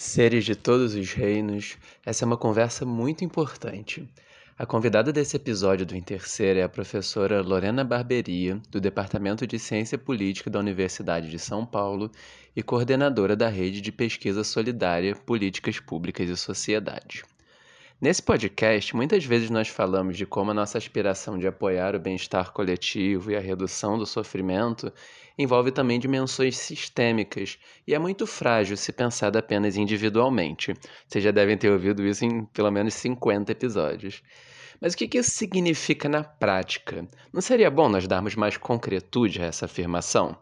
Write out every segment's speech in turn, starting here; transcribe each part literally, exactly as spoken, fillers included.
Seres de todos os reinos, essa é uma conversa muito importante. A convidada desse episódio do Intercer é a professora Lorena Barberia, do Departamento de Ciência Política da Universidade de São Paulo e coordenadora da Rede de Pesquisa Solidária Políticas Públicas e Sociedade. Nesse podcast, muitas vezes nós falamos de como a nossa aspiração de apoiar o bem-estar coletivo e a redução do sofrimento envolve também dimensões sistêmicas e é muito frágil se pensada apenas individualmente. Vocês já devem ter ouvido isso em pelo menos cinquenta episódios. Mas o que que isso significa na prática? Não seria bom nós darmos mais concretude a essa afirmação?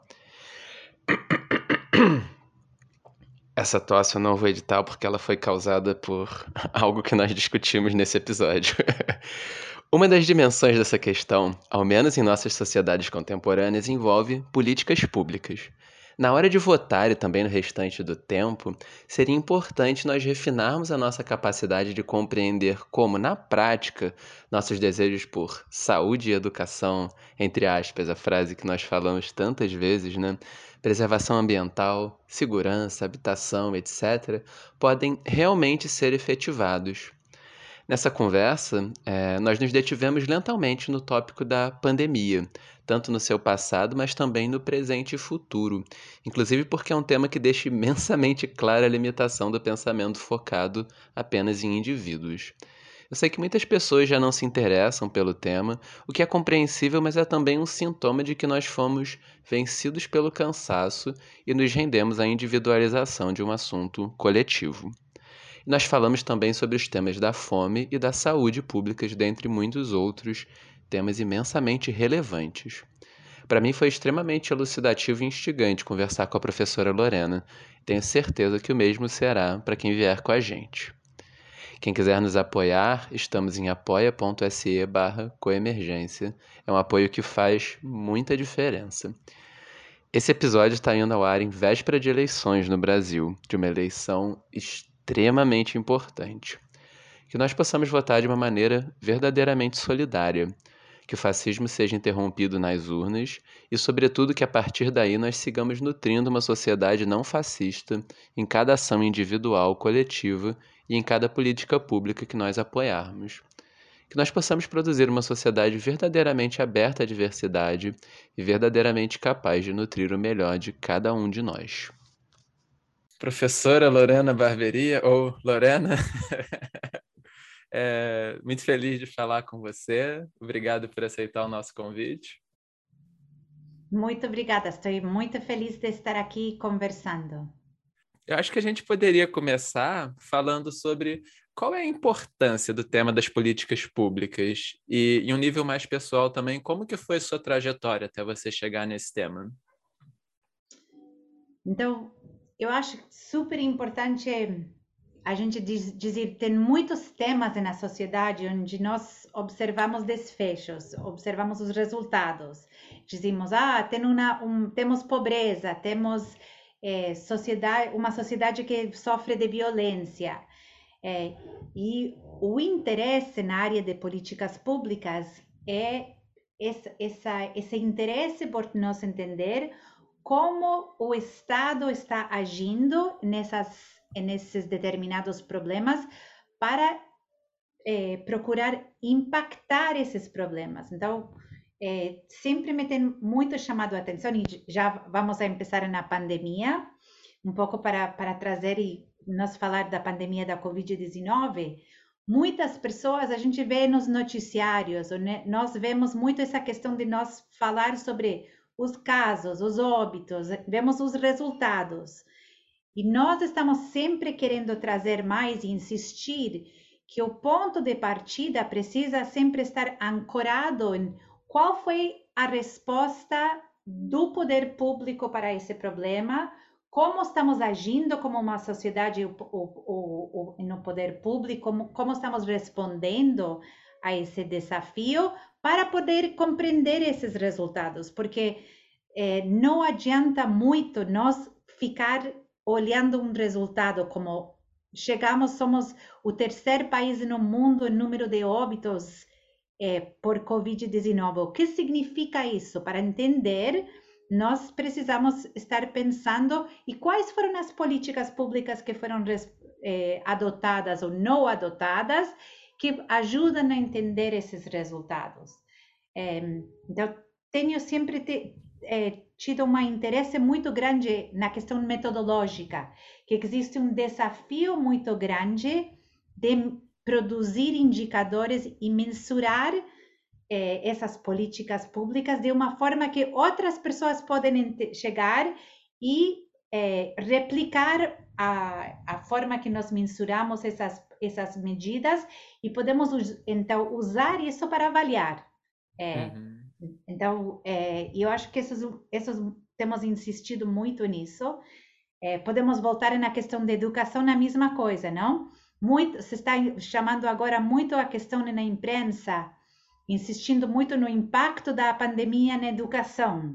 Essa tosse eu não vou editar porque ela foi causada por algo que nós discutimos nesse episódio. Uma das dimensões dessa questão, ao menos em nossas sociedades contemporâneas, envolve políticas públicas. Na hora de votar e também no restante do tempo, seria importante nós refinarmos a nossa capacidade de compreender como, na prática, nossos desejos por saúde e educação, entre aspas, a frase que nós falamos tantas vezes, né? Preservação ambiental, segurança, habitação, etcétera, podem realmente ser efetivados. Nessa conversa, eh, nós nos detivemos lentamente no tópico da pandemia, tanto no seu passado, mas também no presente e futuro, inclusive porque é um tema que deixa imensamente clara a limitação do pensamento focado apenas em indivíduos. Eu sei que muitas pessoas já não se interessam pelo tema, o que é compreensível, mas é também um sintoma de que nós fomos vencidos pelo cansaço e nos rendemos à individualização de um assunto coletivo. E nós falamos também sobre os temas da fome e da saúde públicas, dentre muitos outros temas imensamente relevantes. Para mim foi extremamente elucidativo e instigante conversar com a professora Lorena. Tenho certeza que o mesmo será para quem vier com a gente. Quem quiser nos apoiar, estamos em apoia.se barra coemergência. É um apoio que faz muita diferença. Esse episódio está indo ao ar em véspera de eleições no Brasil, de uma eleição extremamente importante. Que nós possamos votar de uma maneira verdadeiramente solidária, que o fascismo seja interrompido nas urnas e, sobretudo, que a partir daí nós sigamos nutrindo uma sociedade não fascista em cada ação individual, coletiva e em cada política pública que nós apoiarmos. Que nós possamos produzir uma sociedade verdadeiramente aberta à diversidade e verdadeiramente capaz de nutrir o melhor de cada um de nós. Professora Lorena Barberia, ou Lorena, é, muito feliz de falar com você. Obrigado por aceitar o nosso convite. Muito obrigada, estou muito feliz de estar aqui conversando. Eu acho que a gente poderia começar falando sobre qual é a importância do tema das políticas públicas e, em um nível mais pessoal também, como que foi sua trajetória até você chegar nesse tema? Então, eu acho super importante a gente diz, dizer, tem muitos temas na sociedade onde nós observamos desfechos, observamos os resultados. Dizemos, ah, tem uma, um, temos pobreza, temos é, sociedade, uma sociedade que sofre de violência. É, e o interesse na área de políticas públicas é essa, essa, esse interesse por nós entender como o Estado está agindo nessas, nesses determinados problemas para é, procurar impactar esses problemas. Então, é, sempre me tem muito chamado a atenção, e já vamos a começar na pandemia, um pouco para, para trazer e nós falar da pandemia da covid dezenove. Muitas pessoas a gente vê nos noticiários, né? Nós vemos muito essa questão de nós falar sobre os casos, os óbitos, vemos os resultados. E nós estamos sempre querendo trazer mais e insistir que o ponto de partida precisa sempre estar ancorado em qual foi a resposta do poder público para esse problema, como estamos agindo como uma sociedade o, o, o, no poder público, como, como estamos respondendo a esse desafio para poder compreender esses resultados, porque eh, não adianta muito nós ficar olhando um resultado como chegamos, somos o terceiro país no mundo em número de óbitos eh, por covid dezenove. O que significa isso? Para entender, nós precisamos estar pensando e quais foram as políticas públicas que foram eh, adotadas ou não adotadas que ajudam a entender esses resultados. É, então, tenho sempre te, é, tido um interesse muito grande na questão metodológica, que existe um desafio muito grande de produzir indicadores e mensurar eh, essas políticas públicas de uma forma que outras pessoas podem chegar e eh, replicar a, a forma que nós mensuramos essas, essas medidas e podemos então usar isso para avaliar. É, Uhum. então, é, eu acho que esses, esses, temos insistido muito nisso. É, podemos voltar na questão da educação na mesma coisa, não? Muito, se está chamando agora muito a questão na imprensa, insistindo muito no impacto da pandemia na educação.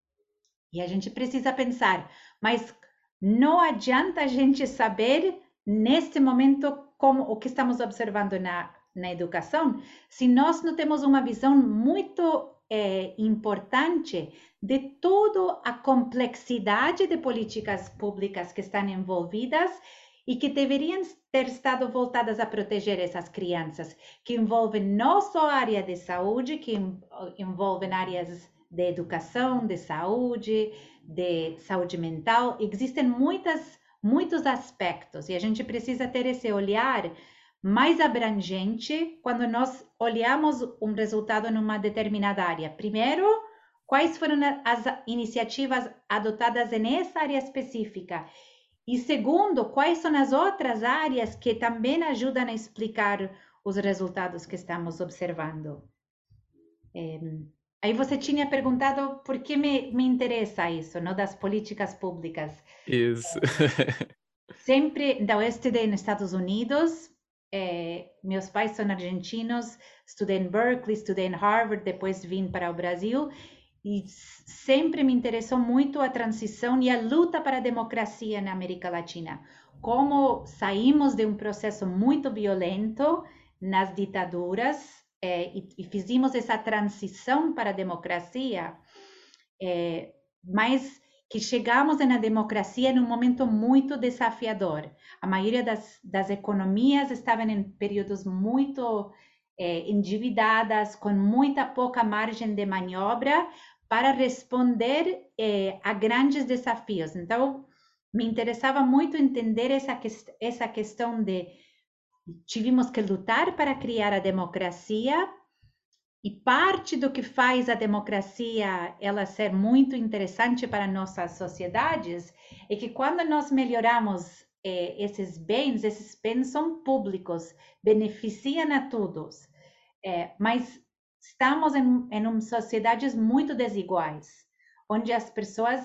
E a gente precisa pensar, mas não adianta a gente saber neste momento como o que estamos observando na, na educação, se nós não temos uma visão muito é, importante de toda a complexidade de políticas públicas que estão envolvidas e que deveriam ter estado voltadas a proteger essas crianças, que envolvem não só a área de saúde, que envolvem áreas de educação, de saúde, de saúde mental. Existem muitas, muitos aspectos e a gente precisa ter esse olhar mais abrangente quando nós olhamos um resultado numa determinada área. Primeiro, quais foram as iniciativas adotadas nessa área específica? E segundo, quais são as outras áreas que também ajudam a explicar os resultados que estamos observando? É, aí você tinha perguntado por que me, me interessa isso, não, das políticas públicas. Isso. Sempre, então, eu estudei nos Estados Unidos, é, meus pais são argentinos, estudei em Berkeley, estudei em Harvard, depois vim para o Brasil, e sempre me interessou muito a transição e a luta para a democracia na América Latina. Como saímos de um processo muito violento nas ditaduras é, e, e fizemos essa transição para a democracia, é, mas que chegamos na democracia num momento muito desafiador. A maioria das, das economias estavam em períodos muito é, endividadas, com muita pouca margem de manobra para responder eh, a grandes desafios. Então, me interessava muito entender essa, essa questão de tivemos que lutar para criar a democracia e parte do que faz a democracia ela ser muito interessante para nossas sociedades é que quando nós melhoramos eh, esses bens, esses bens são públicos, beneficiam a todos, eh, mas estamos em, em sociedades muito desiguais, onde as pessoas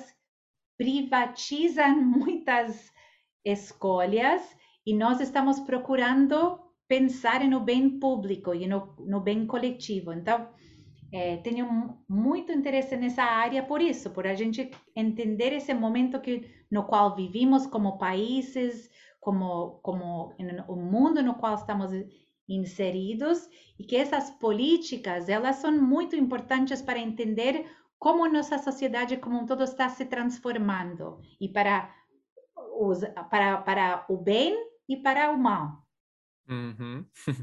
privatizam muitas escolhas e nós estamos procurando pensar no bem público e no, no bem coletivo. Então, é, tenho muito interesse nessa área por isso, por a gente entender esse momento que, no qual vivimos como países, como, como o mundo no qual estamos inseridos e que essas políticas elas são muito importantes para entender como nossa sociedade como um todo está se transformando e para os, para, para o bem e para o mal. Uhum.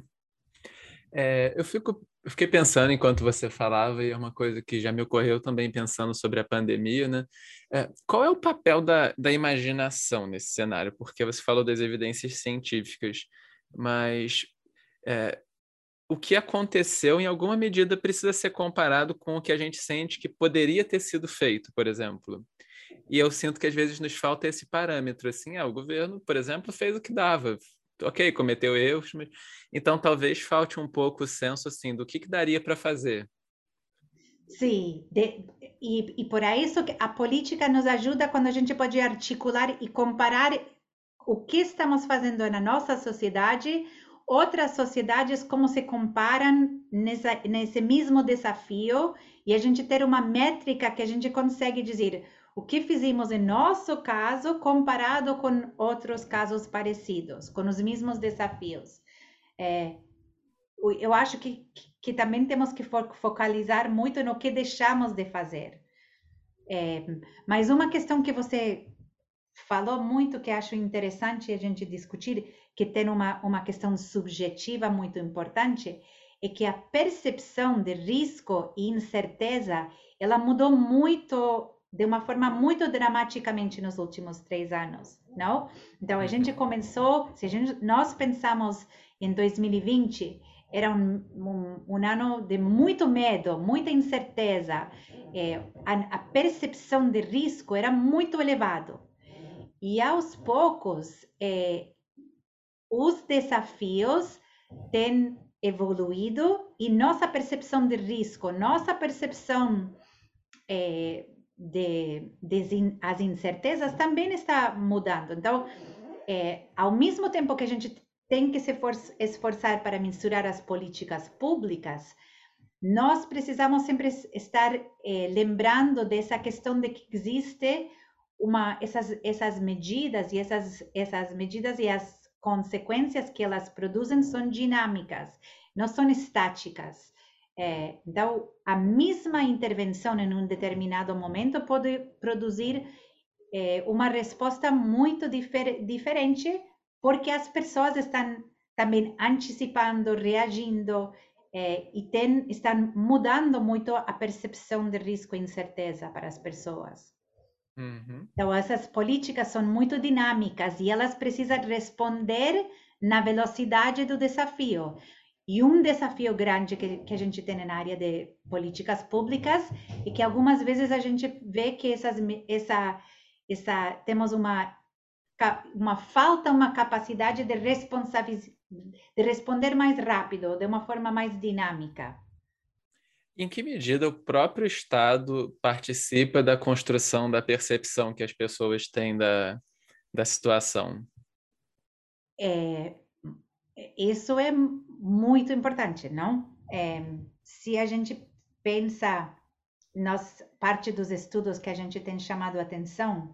É, eu fico, eu fiquei pensando enquanto você falava, e é uma coisa que já me ocorreu também pensando sobre a pandemia, né? É, qual é o papel da, da imaginação nesse cenário? Porque você falou das evidências científicas, mas é, o que aconteceu, em alguma medida, precisa ser comparado com o que a gente sente que poderia ter sido feito, por exemplo. E eu sinto que às vezes nos falta esse parâmetro, assim, ah, o governo, por exemplo, fez o que dava, ok, cometeu erros, mas então talvez falte um pouco o senso, assim, do que, que daria para fazer. Sim, de, e, e por isso que a política nos ajuda quando a gente pode articular e comparar o que estamos fazendo na nossa sociedade, outras sociedades, como se comparam nessa, nesse mesmo desafio, e a gente ter uma métrica que a gente consegue dizer o que fizemos em nosso caso comparado com outros casos parecidos, com os mesmos desafios. É, eu acho que, que também temos que focalizar muito no que deixamos de fazer. É, mas uma questão que você falou muito, que acho interessante a gente discutir, que tem uma, uma questão subjetiva muito importante, é que a percepção de risco e incerteza, ela mudou muito, de uma forma muito dramaticamente nos últimos três anos, não? Então, a gente começou, se a gente, nós pensamos em dois mil e vinte, era um, um, um ano de muito medo, muita incerteza, é, a, a percepção de risco era muito elevado. E aos poucos, é, os desafios têm evoluído e nossa percepção de risco, nossa percepção é, de, de as incertezas também está mudando. Então, é, ao mesmo tempo que a gente tem que se esforçar para mensurar as políticas públicas, nós precisamos sempre estar é, lembrando dessa questão de que existe uma, essas, essas medidas e essas, essas medidas e as consequências que elas produzem são dinâmicas, não são estáticas. É, então, a mesma intervenção em um determinado momento pode produzir é, uma resposta muito difer diferente, porque as pessoas estão também antecipando, reagindo, é, e tem, estão mudando muito a percepção de risco e incerteza para as pessoas. Uhum. Então, essas políticas são muito dinâmicas e elas precisam responder na velocidade do desafio. E um desafio grande que, que a gente tem na área de políticas públicas é que algumas vezes a gente vê que essas, essa, essa, temos uma, uma falta, uma capacidade de, de responder mais rápido, de uma forma mais dinâmica. Em que medida o próprio Estado participa da construção da percepção que as pessoas têm da, da situação? É, isso é muito importante, não? É, se a gente pensa nas parte dos estudos que a gente tem chamado a atenção,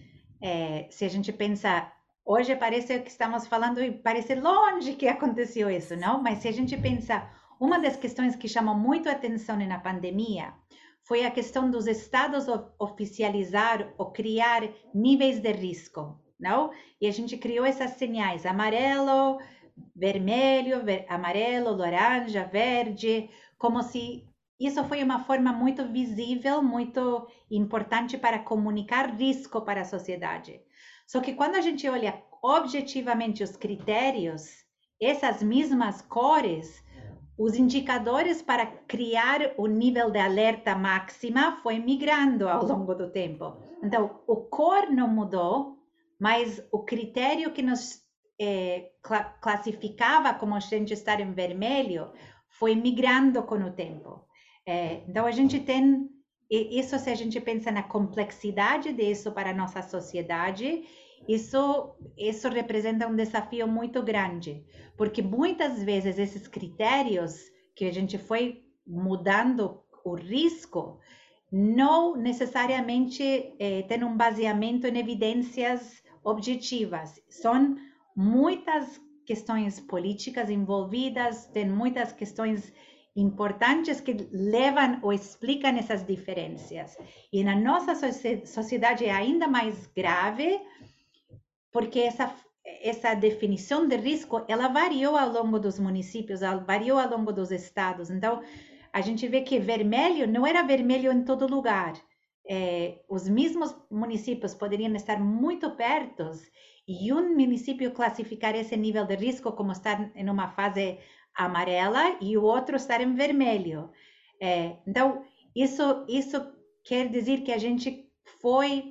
é, se a gente pensa, hoje parece que estamos falando e parece longe que aconteceu isso, não? Mas se a gente pensa, uma das questões que chamou muito a atenção na pandemia foi a questão dos estados oficializar ou criar níveis de risco, não? E a gente criou essas señais, amarelo, vermelho, ver, amarelo, laranja, verde, como se isso foi uma forma muito visível, muito importante para comunicar risco para a sociedade. Só que quando a gente olha objetivamente os critérios, essas mesmas cores, os indicadores para criar o nível de alerta máxima foi migrando ao longo do tempo. Então, o cor não mudou, mas o critério que nos eh, cl- classificava como a gente estar em vermelho foi migrando com o tempo. É, então, a gente tem isso, se a gente pensa na complexidade disso para a nossa sociedade, isso, isso representa um desafio muito grande, porque muitas vezes esses critérios que a gente foi mudando o risco, não necessariamente eh, tem um baseamento em evidências objetivas. São muitas questões políticas envolvidas, tem muitas questões importantes que levam ou explicam essas diferenças. E na nossa sociedade é ainda mais grave, porque essa, essa definição de risco, ela variou ao longo dos municípios, ela variou ao longo dos estados. Então, a gente vê que vermelho não era vermelho em todo lugar. É, os mesmos municípios poderiam estar muito perto e um município classificar esse nível de risco como estar em uma fase amarela e o outro estar em vermelho. É, então, isso, isso quer dizer que a gente foi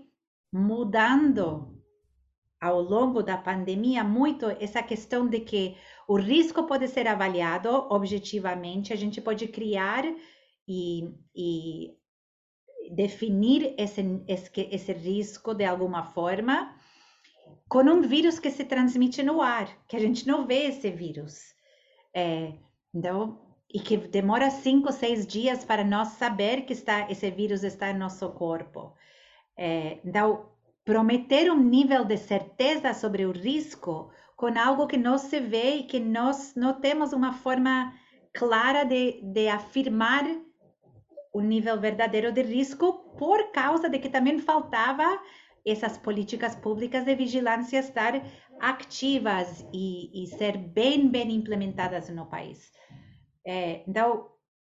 mudando ao longo da pandemia muito essa questão de que o risco pode ser avaliado objetivamente, a gente pode criar e, e definir esse, esse, esse risco de alguma forma com um vírus que se transmite no ar, que a gente não vê esse vírus. É, então, e que demora cinco, seis dias para nós saber que está, esse vírus está em nosso corpo. É, então, prometer um nível de certeza sobre o risco com algo que não se vê e que nós não temos uma forma clara de, de afirmar o nível verdadeiro de risco por causa de que também faltava essas políticas públicas de vigilância estar ativas e, e ser bem, bem implementadas no país. É, então,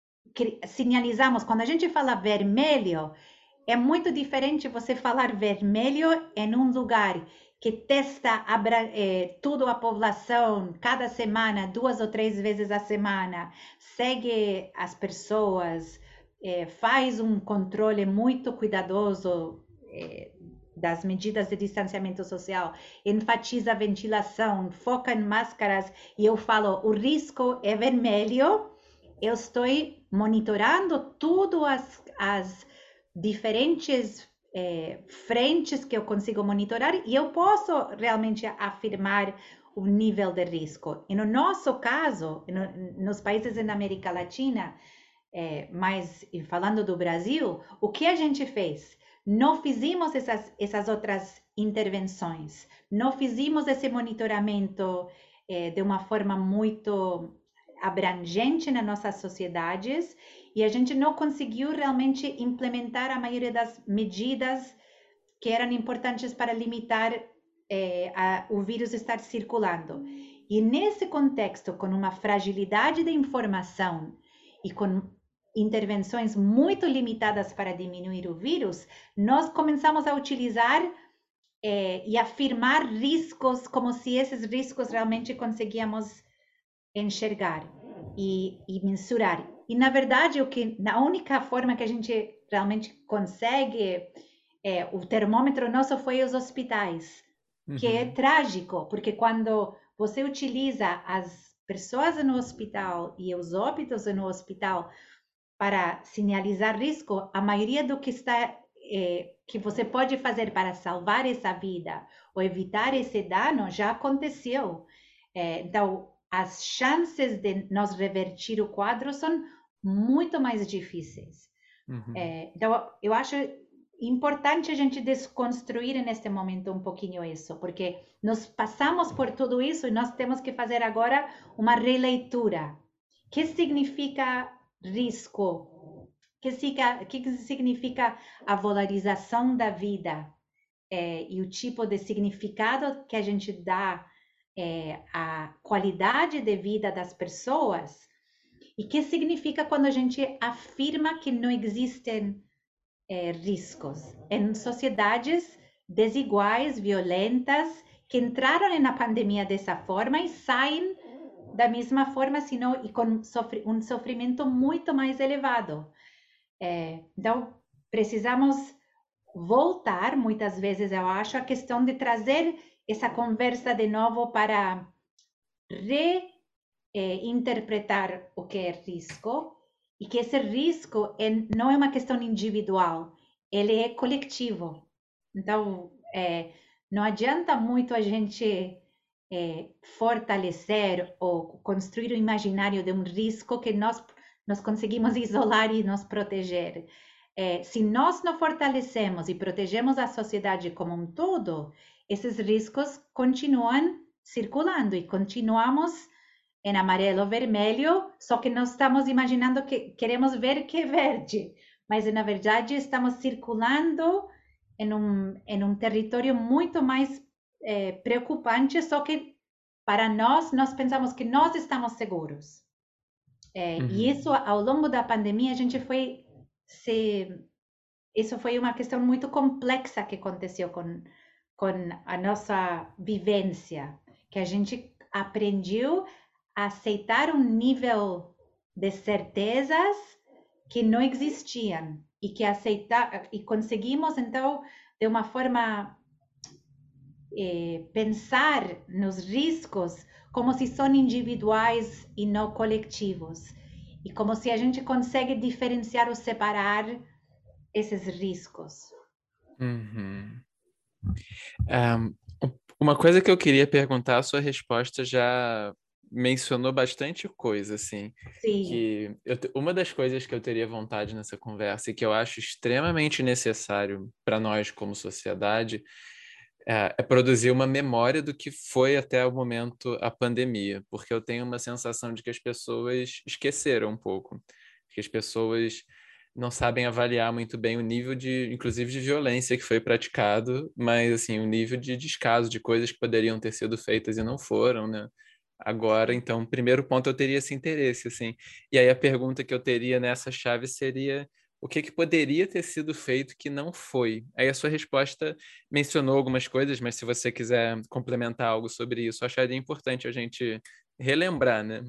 sinalizamos, quando a gente fala vermelho, é muito diferente você falar vermelho em um lugar que testa é, toda a população cada semana, duas ou três vezes a semana, segue as pessoas, é, faz um controle muito cuidadoso é, das medidas de distanciamento social, enfatiza a ventilação, foca em máscaras, e eu falo, o risco é vermelho, eu estou monitorando tudo as, as diferentes é, frentes que eu consigo monitorar e eu posso realmente afirmar o nível de risco. E no nosso caso, no, nos países da América Latina, é, mas falando do Brasil, o que a gente fez? Não fizemos essas, essas outras intervenções, não fizemos esse monitoramento é, de uma forma muito abrangente nas nossas sociedades e a gente não conseguiu realmente implementar a maioria das medidas que eram importantes para limitar eh, a, o vírus estar circulando. E nesse contexto, com uma fragilidade de informação e com intervenções muito limitadas para diminuir o vírus, nós começamos a utilizar eh, e afirmar riscos como se esses riscos realmente conseguíamos enxergar e, e mensurar. E na verdade, o que na única forma que a gente realmente consegue, é, o termômetro nosso foi os hospitais, uhum. que é trágico, porque quando você utiliza as pessoas no hospital e os óbitos no hospital para sinalizar risco, a maioria do que está é, que você pode fazer para salvar essa vida ou evitar esse dano já aconteceu. É, então, as chances de nós revertir o quadro são muito mais difíceis. Uhum. É, então, eu acho importante a gente desconstruir neste momento um pouquinho isso, porque nós passamos por tudo isso e nós temos que fazer agora uma releitura. O que significa risco? O que, que significa a valorização da vida? É, e o tipo de significado que a gente dá é, a qualidade de vida das pessoas e que significa quando a gente afirma que não existem é, riscos em sociedades desiguais, violentas, que entraram na pandemia dessa forma e saem da mesma forma, senão, e com sofri, um sofrimento muito mais elevado. É, então, precisamos voltar, muitas vezes, eu acho, a questão de trazer essa conversa de novo para reinterpretar eh, o que é risco e que esse risco é, não é uma questão individual, ele é coletivo. Então, é, não adianta muito a gente é, fortalecer ou construir o imaginário de um risco que nós, nós conseguimos isolar e nos proteger. É, se nós não fortalecemos e protegemos a sociedade como um todo, esses riscos continuam circulando e continuamos em amarelo ou vermelho, só que nós estamos imaginando que queremos ver que é verde, mas na verdade estamos circulando em um, em um território muito mais é, preocupante, só que para nós, nós pensamos que nós estamos seguros. É, uhum. E isso, ao longo da pandemia, a gente foi se... Isso foi uma questão muito complexa que aconteceu com, com a nossa vivência, que a gente aprendeu a aceitar um nível de certezas que não existiam e que aceitar e conseguimos então de uma forma eh, pensar nos riscos como se são individuais e não coletivos e como se a gente consegue diferenciar ou separar esses riscos. Uhum. Um, uma coisa que eu queria perguntar, a sua resposta já mencionou bastante coisa, assim. Sim. Que eu, uma das coisas que eu teria vontade nessa conversa e que eu acho extremamente necessário para nós como sociedade é, é produzir uma memória do que foi até o momento a pandemia, porque eu tenho uma sensação de que as pessoas esqueceram um pouco, que as pessoas não sabem avaliar muito bem o nível de, inclusive, de violência que foi praticado, mas assim, o nível de descaso de coisas que poderiam ter sido feitas e não foram, né? Agora, então, primeiro ponto eu teria esse interesse, assim. E aí a pergunta que eu teria nessa chave seria o que que poderia ter sido feito que não foi? Aí a sua resposta mencionou algumas coisas, mas se você quiser complementar algo sobre isso, eu acharia importante a gente relembrar, né?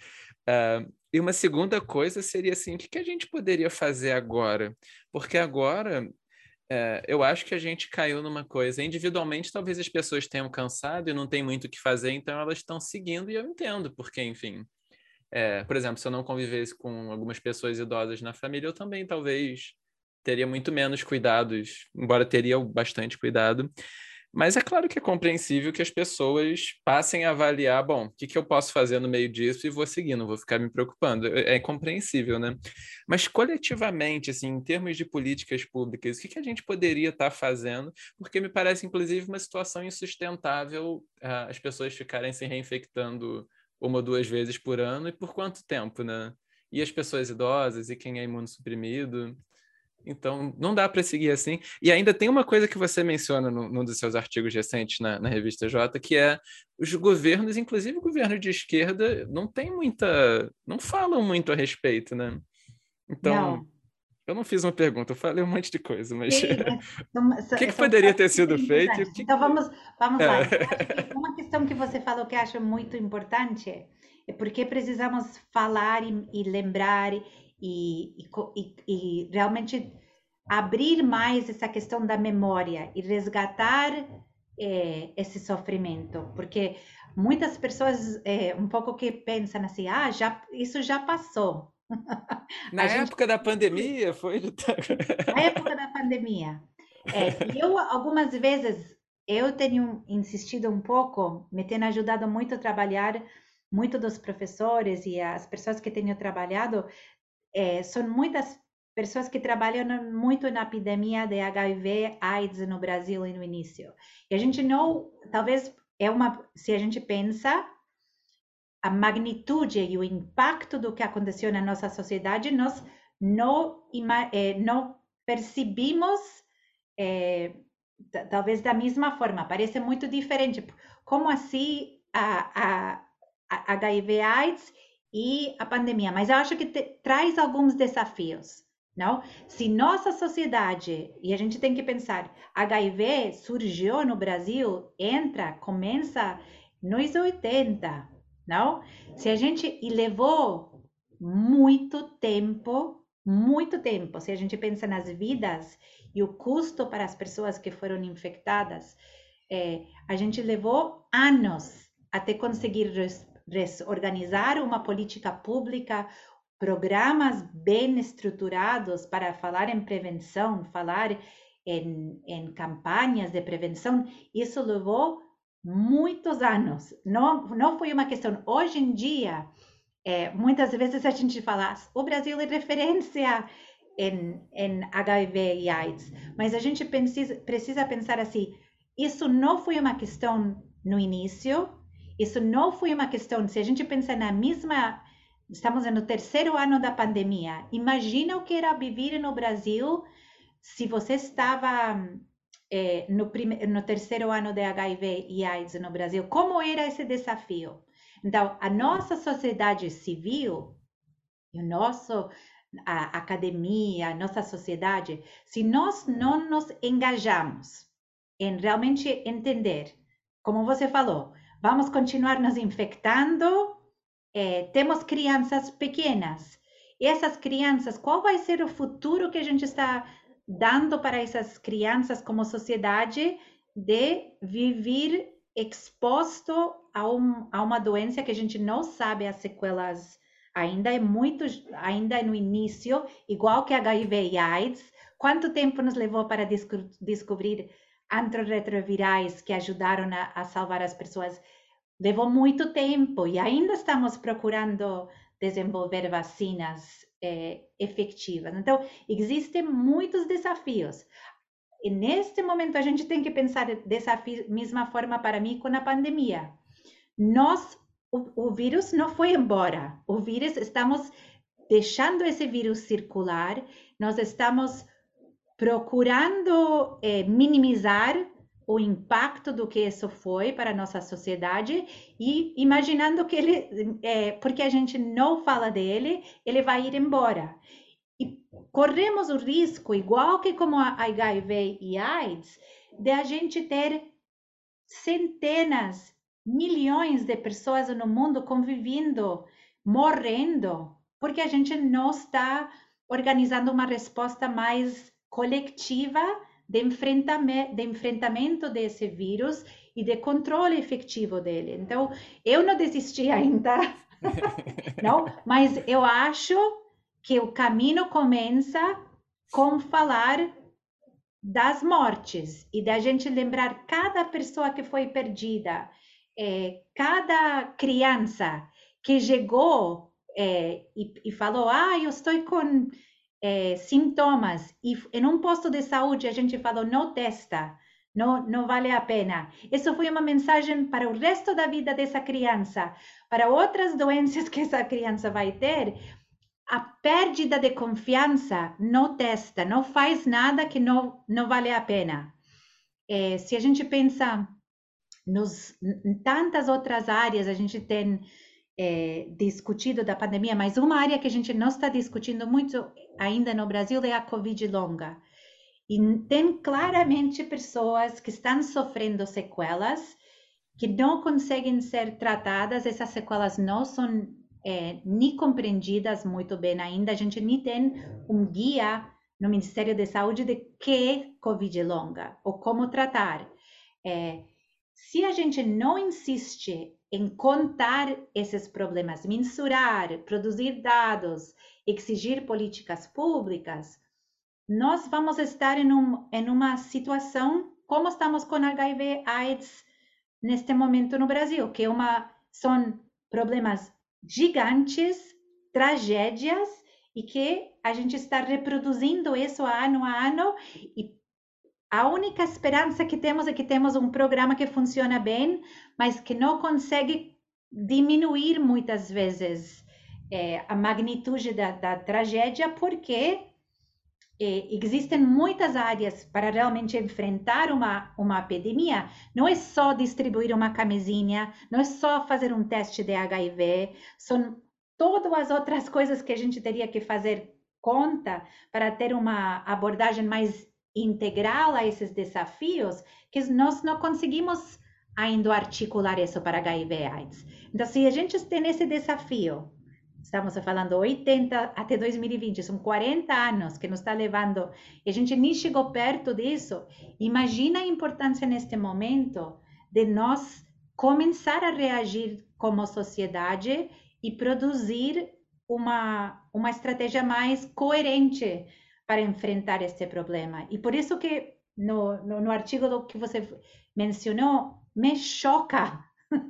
Uh, e uma segunda coisa seria assim, o que que a gente poderia fazer agora? Porque agora é, eu acho que a gente caiu numa coisa. Individualmente, talvez as pessoas tenham cansado e não tem muito o que fazer, então elas estão seguindo, e eu entendo, porque, enfim. É, por exemplo, se eu não convivesse com algumas pessoas idosas na família, eu também talvez teria muito menos cuidados, embora teria bastante cuidado. Mas é claro que é compreensível que as pessoas passem a avaliar, bom, o que que eu posso fazer no meio disso e vou seguir, não vou ficar me preocupando. É, é compreensível, né? Mas coletivamente, assim, em termos de políticas públicas, o que que a gente poderia estar fazendo? Porque me parece, inclusive, uma situação insustentável, ah, as pessoas ficarem se reinfectando uma ou duas vezes por ano, e por quanto tempo, né? E as pessoas idosas, e quem é imunossuprimido. Então, não dá para seguir assim. E ainda tem uma coisa que você menciona no, num dos seus artigos recentes na, na revista J, que é os governos, inclusive o governo de esquerda, não tem muita, não falam muito a respeito, né? Então, Não. eu não fiz uma pergunta, eu falei um monte de coisa, mas Sim, mas são, o que são, que são poderia coisas ter super sido feito e o importantes. que Então, que... vamos, vamos lá. Eu acho que É. uma questão que você falou que eu acho muito importante é porque precisamos falar e, e lembrar e, e, e, e realmente abrir mais essa questão da memória e resgatar é, esse sofrimento, porque muitas pessoas é, um pouco que pensam assim, ah, já, isso já passou. Na A gente época da pandemia, foi... na época da pandemia. É, e eu, algumas vezes, eu tenho insistido um pouco, me tem ajudado muito a trabalhar, muito dos professores e as pessoas que tenho trabalhado, é, são muitas pessoas que trabalham muito na epidemia de H I V AIDS no Brasil no início. E a gente não, talvez, é uma, se a gente pensa, a magnitude e o impacto do que aconteceu na nossa sociedade, nós não, é, não percebimos é, talvez da mesma forma, parece muito diferente. Como assim a, a, a H I V AIDS e a pandemia? Mas eu acho que te, traz alguns desafios, não? Se nossa sociedade, e a gente tem que pensar, H I V surgiu no Brasil, entra, começa nos oitenta, não? Se a gente e levou muito tempo, muito tempo, se a gente pensa nas vidas e o custo para as pessoas que foram infectadas, é, a gente levou anos até conseguir organizar uma política pública, programas bem estruturados para falar em prevenção, falar em, em campanhas de prevenção. Isso levou muitos anos. Não, não foi uma questão. Hoje em dia, é, muitas vezes a gente fala, o Brasil é referência em, em H I V e AIDS, mas a gente precisa, precisa pensar assim, isso não foi uma questão no início, isso não foi uma questão, se a gente pensar na mesma, estamos no terceiro ano da pandemia, imagina o que era viver no Brasil se você estava é, no, prime, no terceiro ano de H I V e AIDS no Brasil, como era esse desafio? Então, a nossa sociedade civil, o nosso a academia, a nossa sociedade, se nós não nos engajamos em realmente entender, como você falou, vamos continuar nos infectando, é, temos crianças pequenas, e essas crianças, qual vai ser o futuro que a gente está dando para essas crianças como sociedade de viver exposto a, um, a uma doença que a gente não sabe as sequelas. Ainda é muito, ainda é no início, igual que H I V e AIDS. Quanto tempo nos levou para desco descobrir antirretrovirais que ajudaram a, a salvar as pessoas? Levou muito tempo e ainda estamos procurando desenvolver vacinas é, efetivas. Então, existem muitos desafios. E neste momento a gente tem que pensar dessa mesma forma para mim com a pandemia. Nós O, o vírus não foi embora. O vírus, estamos deixando esse vírus circular, nós estamos procurando é, minimizar o impacto do que isso foi para a nossa sociedade e imaginando que ele, é, porque a gente não fala dele, ele vai ir embora. E corremos o risco, igual que como a H I V e AIDS, de a gente ter centenas, milhões de pessoas no mundo convivendo, morrendo, porque a gente não está organizando uma resposta mais coletiva de enfrentamento, de enfrentamento desse vírus e de controle efetivo dele. Então, eu não desisti ainda, não, mas eu acho que o caminho começa com falar das mortes e da gente lembrar cada pessoa que foi perdida, é, cada criança que chegou é, e, e falou, ah, eu estou com é, sintomas e em um posto de saúde a gente falou, não testa, não, não vale a pena. Isso foi uma mensagem para o resto da vida dessa criança, para outras doenças que essa criança vai ter. A perda de confiança não testa, não faz nada que não, não vale a pena. É, se a gente pensa nos, em tantas outras áreas, a gente tem é, discutido da pandemia, mas uma área que a gente não está discutindo muito ainda no Brasil é a Covid longa. E tem claramente pessoas que estão sofrendo sequelas, que não conseguem ser tratadas, essas sequelas não são É, nem compreendidas muito bem ainda, a gente nem tem um guia no Ministério da Saúde de que é Covid longa, ou como tratar. É, se a gente não insiste em contar esses problemas, mensurar, produzir dados, exigir políticas públicas, nós vamos estar em, um, em uma situação como estamos com H I V AIDS neste momento no Brasil, que é uma, são problemas gigantes, tragédias, e que a gente está reproduzindo isso ano a ano, e a única esperança que temos é que temos um programa que funciona bem, mas que não consegue diminuir muitas vezes é, a magnitude da, da tragédia, porque é, existem muitas áreas para realmente enfrentar uma, uma epidemia. Não é só distribuir uma camisinha, não é só fazer um teste de H I V, são todas as outras coisas que a gente teria que fazer conta para ter uma abordagem mais integral a esses desafios, que nós não conseguimos ainda articular isso para H I V AIDS. Então, se a gente tem esse desafio, estamos falando oitenta até dois mil e vinte, são quarenta anos que nos está levando, e a gente nem chegou perto disso. Imagina a importância neste momento de nós começar a reagir como sociedade e produzir uma, uma estratégia mais coerente para enfrentar este problema. E por isso que no, no, no artigo do que você mencionou, me choca,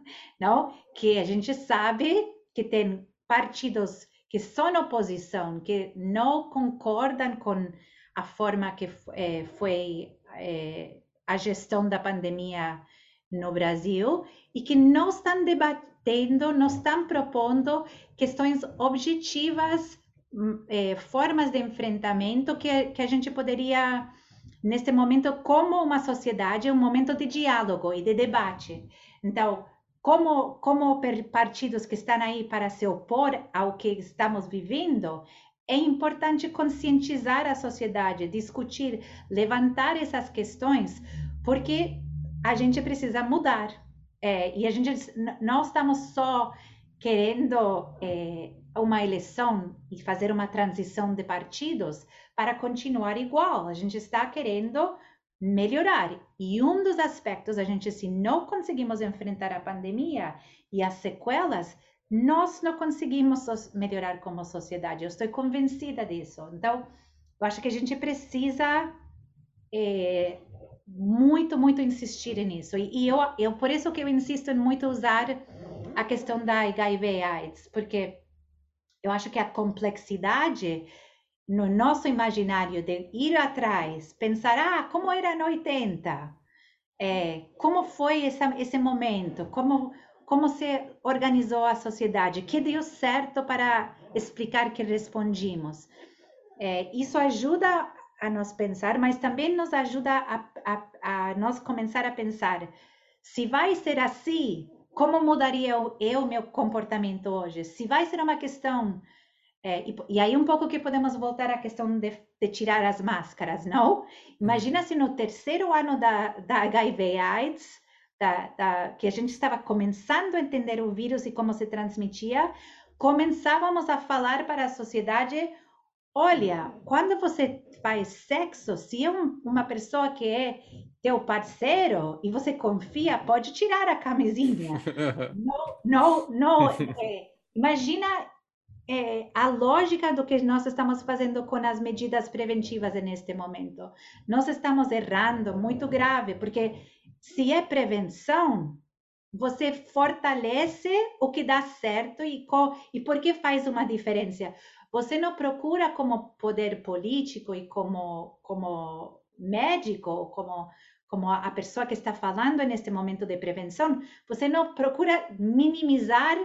não? Que a gente sabe que tem partidos que são oposição, que não concordam com a forma que eh, foi eh, a gestão da pandemia no Brasil e que não estão debatendo, não estão propondo questões objetivas, eh, formas de enfrentamento que, que a gente poderia, neste momento, como uma sociedade, um momento de diálogo e de debate. Então, Como, como partidos que estão aí para se opor ao que estamos vivendo, é importante conscientizar a sociedade, discutir, levantar essas questões, porque a gente precisa mudar. É, e a gente não estamos só querendo é, uma eleição e fazer uma transição de partidos para continuar igual. A gente está querendo melhorar. E um dos aspectos, a gente, se não conseguimos enfrentar a pandemia e as sequelas, nós não conseguimos melhorar como sociedade. Eu estou convencida disso. Então, eu acho que a gente precisa é, muito, muito insistir nisso. E, e eu, eu, por isso que eu insisto em muito usar a questão da H I V AIDS, porque eu acho que a complexidade no nosso imaginário de ir atrás, pensar, ah, como era no oitenta, é, como foi essa, esse momento, como, como se organizou a sociedade, que deu certo para explicar que respondimos. É, isso ajuda a nós pensar, mas também nos ajuda a, a, a nós começar a pensar, se vai ser assim, como mudaria eu meu comportamento hoje? Se vai ser uma questão... É, e, e aí um pouco que podemos voltar à questão de, de tirar as máscaras, não? Imagina se no terceiro ano da, da H I V AIDS, da, da, que a gente estava começando a entender o vírus e como se transmitia, começávamos a falar para a sociedade, olha, quando você faz sexo, se é um, uma pessoa que é teu parceiro e você confia, pode tirar a camisinha. Não, não, não. É, imagina é, a lógica do que nós estamos fazendo com as medidas preventivas neste momento. Nós estamos errando muito grave, porque se é prevenção, você fortalece o que dá certo e, e por que faz uma diferença. Você não procura como poder político e como, como médico, como, como a pessoa que está falando neste momento de prevenção, você não procura minimizar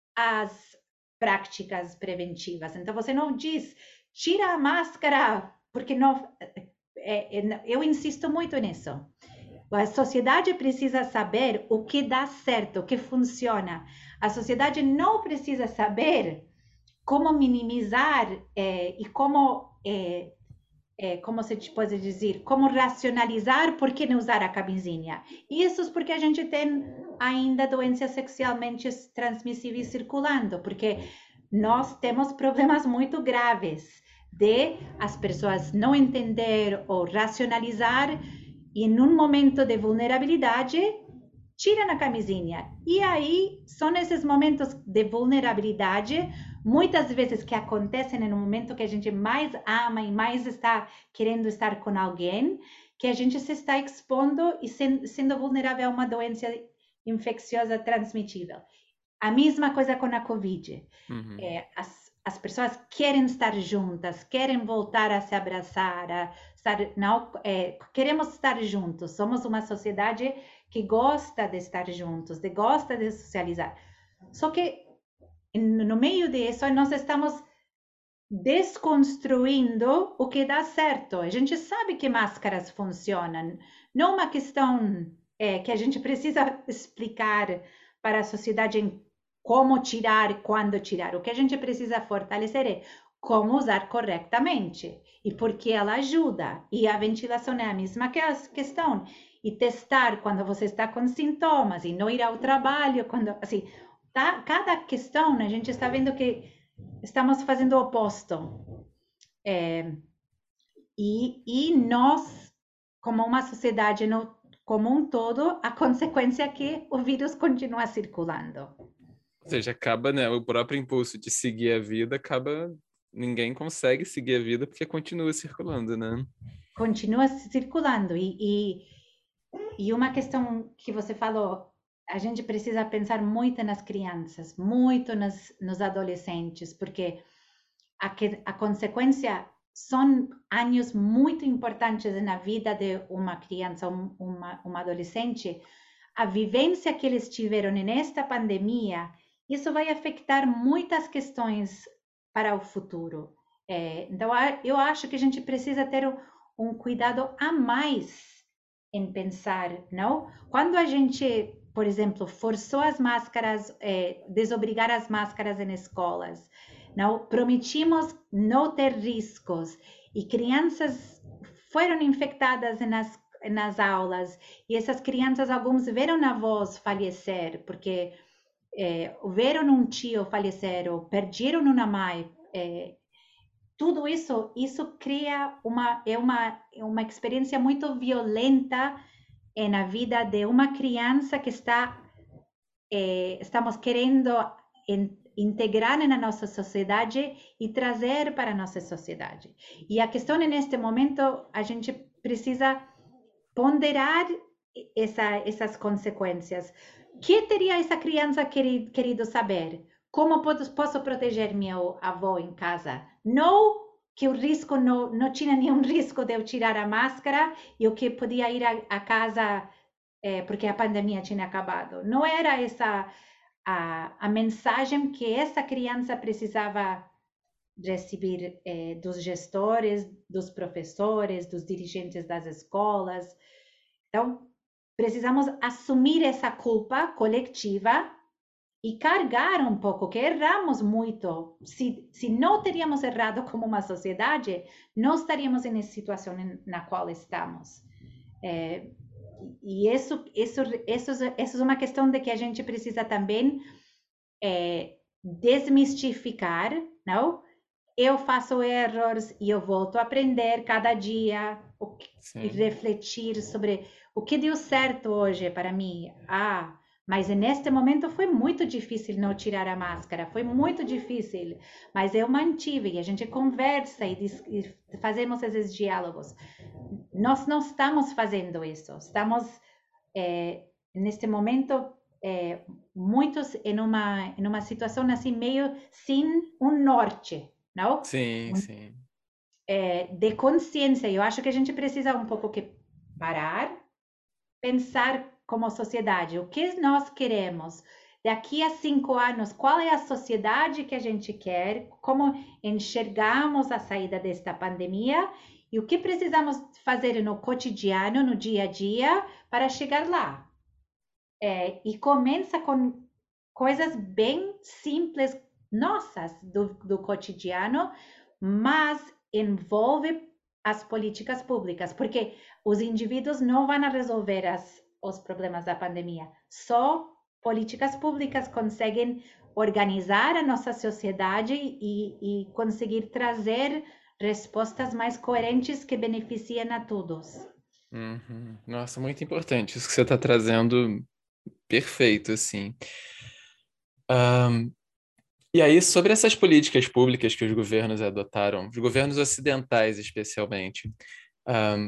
as práticas preventivas. Então, você não diz, tira a máscara, porque não... É, é, eu insisto muito nisso. A sociedade precisa saber o que dá certo, o que funciona. A sociedade não precisa saber como minimizar é, e como, é, é, como se pode dizer, como racionalizar por que não usar a camisinha. Isso porque a gente tem ainda doenças sexualmente transmissíveis circulando, porque nós temos problemas muito graves de as pessoas não entender ou racionalizar e num momento de vulnerabilidade, tiram a camisinha. E aí, são esses momentos de vulnerabilidade, muitas vezes que acontecem no momento que a gente mais ama e mais está querendo estar com alguém, que a gente se está expondo e sendo vulnerável a uma doença infecciosa transmitível. A mesma coisa com a Covid. Uhum. É, as, as pessoas querem estar juntas, querem voltar a se abraçar, a estar, não, é, queremos estar juntos. Somos uma sociedade que gosta de estar juntos, de gosta de socializar. Só que no meio disso nós estamos desconstruindo o que dá certo. A gente sabe que máscaras funcionam. Não é uma questão é, que a gente precisa explicar para a sociedade em como tirar, quando tirar. O que a gente precisa fortalecer é como usar corretamente e porque ela ajuda. E a ventilação é a mesma questão. E testar quando você está com sintomas e não ir ao trabalho. Quando, assim, tá, cada questão a gente está vendo que estamos fazendo o oposto. É, e, e nós, como uma sociedade no, como um todo, a consequência é que o vírus continua circulando. Ou seja, acaba, né, o próprio impulso de seguir a vida, acaba, ninguém consegue seguir a vida porque continua circulando, né? Continua circulando. E, e, e uma questão que você falou, a gente precisa pensar muito nas crianças, muito nas, nos adolescentes, porque a, que, a consequência são anos muito importantes na vida de uma criança, um, uma, uma adolescente. A vivência que eles tiveram nesta pandemia, isso vai afetar muitas questões para o futuro. É, então, eu acho que a gente precisa ter um, um cuidado a mais em pensar, não? Quando a gente, por exemplo, forçou as máscaras, é, desobrigar as máscaras em escolas, não? Prometimos não ter riscos e crianças foram infectadas nas, nas aulas e essas crianças, alguns viram avós falecer, porque é, viram um tio falecer ou perderam uma mãe. É, tudo isso, isso cria uma, é uma, uma experiência muito violenta é, na vida de uma criança que está, é, estamos querendo en, integrar na nossa sociedade e trazer para a nossa sociedade. E a questão é, neste momento, a gente precisa ponderar essa, essas consequências. O que teria essa criança querido, querido saber? Como posso, posso proteger meu avô em casa? Não que o risco, não, não tinha nenhum risco de eu tirar a máscara e o que podia ir a, a casa é, porque a pandemia tinha acabado. Não era essa a, a mensagem que essa criança precisava receber eh, dos gestores, dos professores, dos dirigentes das escolas. Então, precisamos assumir essa culpa coletiva e carregar um pouco, que erramos muito. Se, se não teríamos errado como uma sociedade, não estaríamos nessa situação na qual estamos. É, e isso, isso, isso, isso é uma questão de que a gente precisa também é, desmistificar, não? Eu faço erros e eu volto a aprender cada dia e refletir sobre o que deu certo hoje para mim. Ah, mas neste momento foi muito difícil não tirar a máscara, foi muito difícil, mas eu mantive e a gente conversa e, diz, e fazemos esses diálogos. Nós não estamos fazendo isso, estamos é, neste momento é, muitos em uma em uma situação assim meio sem um norte, não? Sim, sim. É, de consciência. Eu acho que a gente precisa um pouco que parar, pensar como sociedade, o que nós queremos daqui a cinco anos, qual é a sociedade que a gente quer, como enxergamos a saída desta pandemia e o que precisamos fazer no cotidiano, no dia a dia, para chegar lá. É, e começa com coisas bem simples, nossas, do, do cotidiano, mas envolve as políticas públicas, porque os indivíduos não vão resolver as, os problemas da pandemia. Só políticas públicas conseguem organizar a nossa sociedade e, e conseguir trazer respostas mais coerentes que beneficiem a todos. Uhum. Nossa, muito importante isso que você está trazendo, perfeito, assim. Um, e aí, sobre essas políticas públicas que os governos adotaram, os governos ocidentais especialmente, um,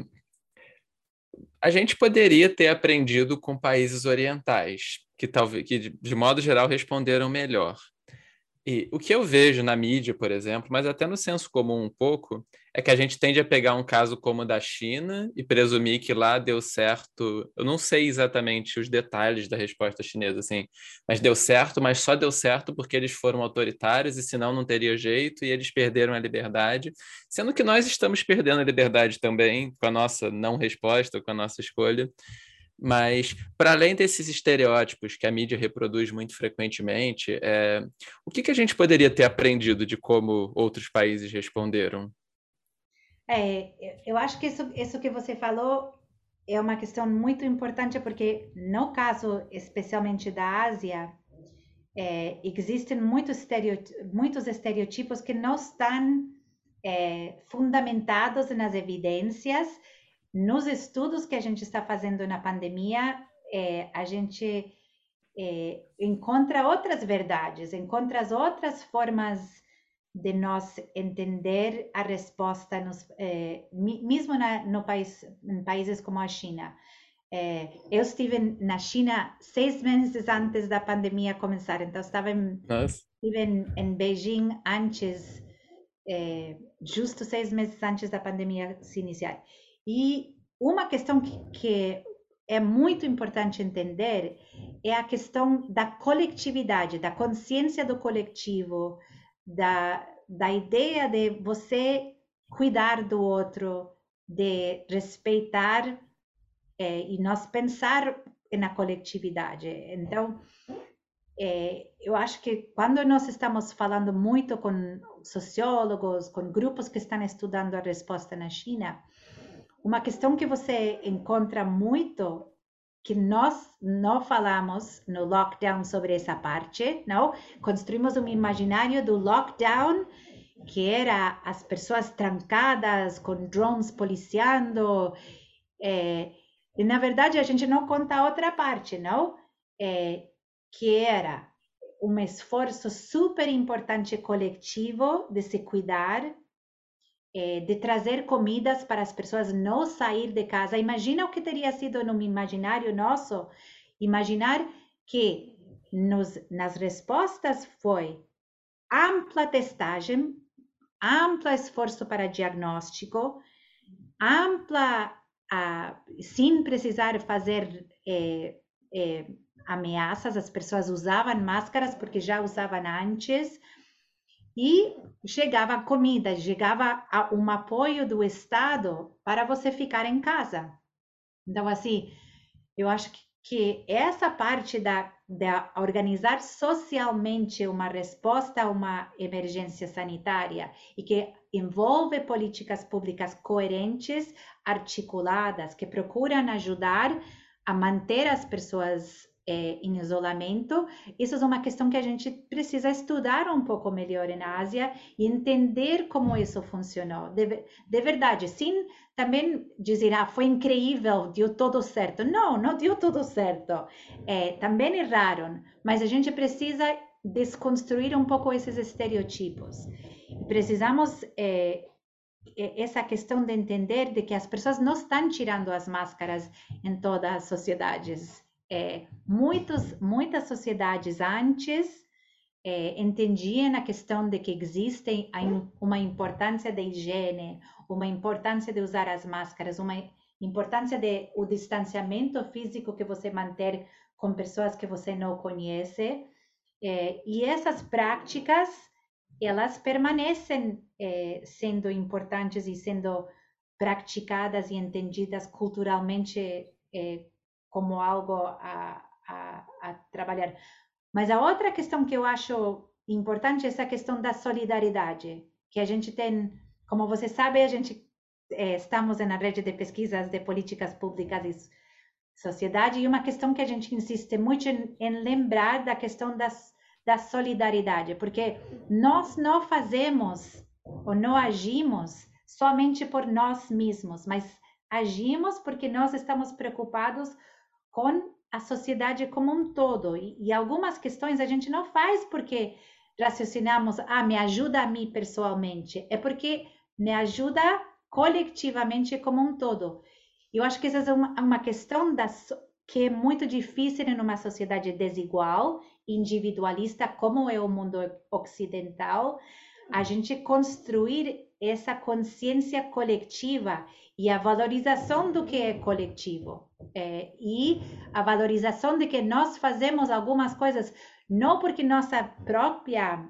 a gente poderia ter aprendido com países orientais, que talvez, que de, de modo geral responderam melhor. E o que eu vejo na mídia, por exemplo, mas até no senso comum um pouco, é que a gente tende a pegar um caso como o da China e presumir que lá deu certo. Eu não sei exatamente os detalhes da resposta chinesa, assim, mas deu certo, mas só deu certo porque eles foram autoritários e senão não teria jeito e eles perderam a liberdade, sendo que nós estamos perdendo a liberdade também com a nossa não resposta, com a nossa escolha. Mas, para além desses estereótipos que a mídia reproduz muito frequentemente, é, o que, que a gente poderia ter aprendido de como outros países responderam? É, eu acho que isso, isso que você falou é uma questão muito importante, porque no caso, especialmente da Ásia, é, existem muitos, estereotipos, muitos estereotipos que não estão é, fundamentados nas evidências. Nos estudos que a gente está fazendo na pandemia, é, a gente é, encontra outras verdades, encontra outras formas de nós entender a resposta, nos, é, mesmo na, no país, em países como a China. É, eu estive na China seis meses antes da pandemia começar, então estava em, estive em, em Beijing antes, é, justo seis meses antes da pandemia se iniciar. E uma questão que, que é muito importante entender é a questão da coletividade, da consciência do coletivo, da, da ideia de você cuidar do outro, de respeitar é, e nós pensar na coletividade. Então, é, eu acho que quando nós estamos falando muito com sociólogos, com grupos que estão estudando a resposta na China, uma questão que você encontra muito que nós não falamos no lockdown sobre essa parte, não? Construímos um imaginário do lockdown que era as pessoas trancadas com drones policiando, é, e na verdade a gente não conta a outra parte, não? É, que era um esforço super importante coletivo de se cuidar, é, de trazer comidas para as pessoas não sair de casa. Imagina o que teria sido no imaginário nosso, imaginar que nos, nas respostas foi ampla testagem, amplo esforço para diagnóstico, ampla, ah, sem precisar fazer é, é, ameaças, as pessoas usavam máscaras porque já usavam antes, e chegava comida, chegava um apoio do Estado para você ficar em casa. Então, assim, eu acho que, que essa parte da, da organizar socialmente uma resposta a uma emergência sanitária e que envolve políticas públicas coerentes, articuladas, que procuram ajudar a manter as pessoas eh, em isolamento, isso é uma questão que a gente precisa estudar um pouco melhor na Ásia e entender como isso funcionou. De, de verdade, sim, também dizer, ah, foi incrível, deu tudo certo. Não, não deu tudo certo. É, também erraram, mas a gente precisa desconstruir um pouco esses estereotipos. Precisamos é, essa questão de entender de que as pessoas não estão tirando as máscaras em todas as sociedades. É, muitos, muitas sociedades antes é, entendiam a questão de que existe uma importância da higiene, uma importância de usar as máscaras, uma importância de o distanciamento físico que você manter com pessoas que você não conhece. É, e essas práticas, elas permanecem é, sendo importantes e sendo praticadas e entendidas culturalmente é, como algo a, a, a trabalhar. Mas a outra questão que eu acho importante é essa questão da solidariedade, que a gente tem, como você sabe, a gente é, estamos na rede de pesquisas de políticas públicas e sociedade, e uma questão que a gente insiste muito em, em lembrar da questão das, da solidariedade, porque nós não fazemos ou não agimos somente por nós mesmos, mas agimos porque nós estamos preocupados com a sociedade como um todo. E, e algumas questões a gente não faz porque raciocinamos, ah, me ajuda a mim pessoalmente, é porque me ajuda coletivamente como um todo. Eu acho que essa é uma, uma questão das, que é muito difícil em uma sociedade desigual, individualista, como é o mundo ocidental, a gente construir essa consciência coletiva e a valorização do que é coletivo. É, e a valorização de que nós fazemos algumas coisas não porque nossa própria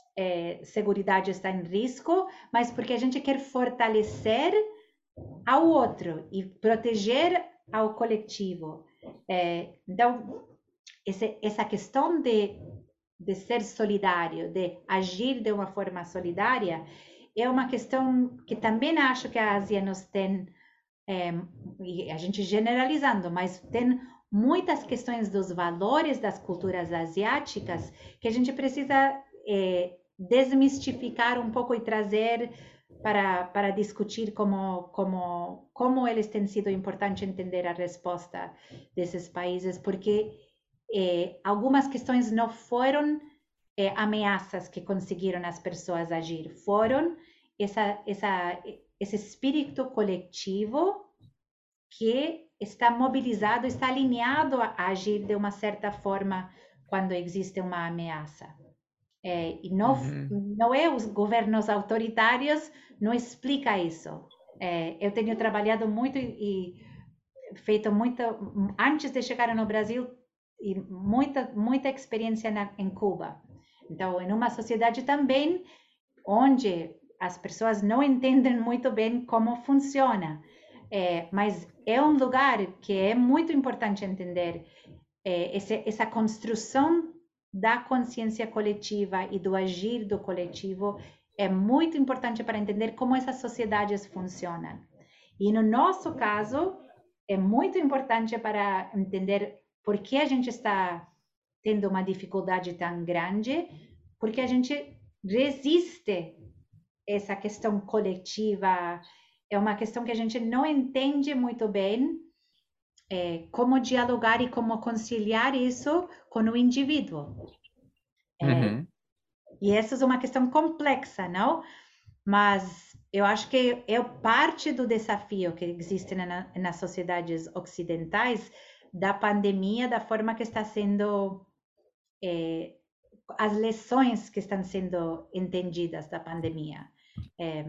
é, segurança está em risco, mas porque a gente quer fortalecer ao outro e proteger ao coletivo. É, então, esse, essa questão de, de ser solidário, de agir de uma forma solidária, é uma questão que também acho que a Ásia nos tem, é, e a gente generalizando, mas tem muitas questões dos valores das culturas asiáticas que a gente precisa é, desmistificar um pouco e trazer para, para discutir como, como, como eles têm sido importante entender a resposta desses países, porque eh, algumas questões não foram eh, ameaças que conseguiram as pessoas agir, foram essa, essa, esse espírito coletivo que está mobilizado, está alinhado a agir de uma certa forma quando existe uma ameaça. É, e não, uhum. não é os governos autoritários, não explica isso. É, eu tenho trabalhado muito e, e feito muita, antes de chegar no Brasil, e muita, muita experiência na, em Cuba. Então, em uma sociedade também onde as pessoas não entendem muito bem como funciona. É, mas é um lugar que é muito importante entender é, esse, essa construção da consciência coletiva e do agir do coletivo é muito importante para entender como essas sociedades funcionam. E no nosso caso, é muito importante para entender por que a gente está tendo uma dificuldade tão grande, porque a gente resiste essa questão coletiva, é uma questão que a gente não entende muito bem, é, como dialogar e como conciliar isso com o indivíduo. Uhum. É, e essa é uma questão complexa, não? Mas eu acho que é parte do desafio que existe na, nas sociedades ocidentais da pandemia, da forma que está sendo, é, as lições que estão sendo entendidas da pandemia. É,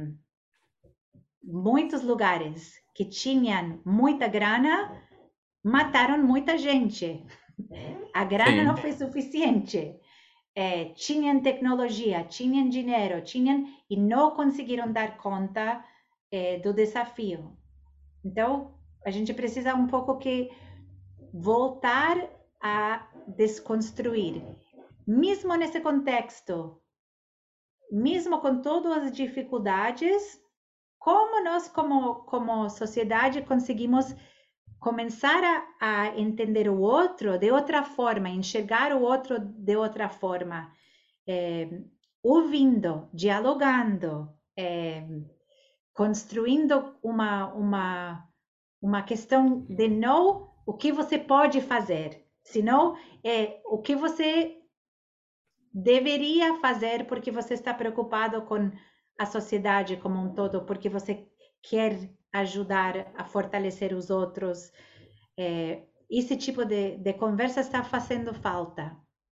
muitos lugares que tinham muita grana mataram muita gente. A grana Sim. não foi suficiente. É, tinham tecnologia, tinham dinheiro, tinham e não conseguiram dar conta é, do desafio. Então, a gente precisa um pouco que voltar a desconstruir. Mesmo nesse contexto, mesmo com todas as dificuldades, como nós, como, como sociedade, conseguimos começar a, a entender o outro de outra forma, enxergar o outro de outra forma, é, ouvindo, dialogando, é, construindo uma, uma, uma questão de não o que você pode fazer, senão é o que você deveria fazer porque você está preocupado com a sociedade como um todo, porque você quer ajudar a fortalecer os outros. É, esse tipo de, de conversa está fazendo falta.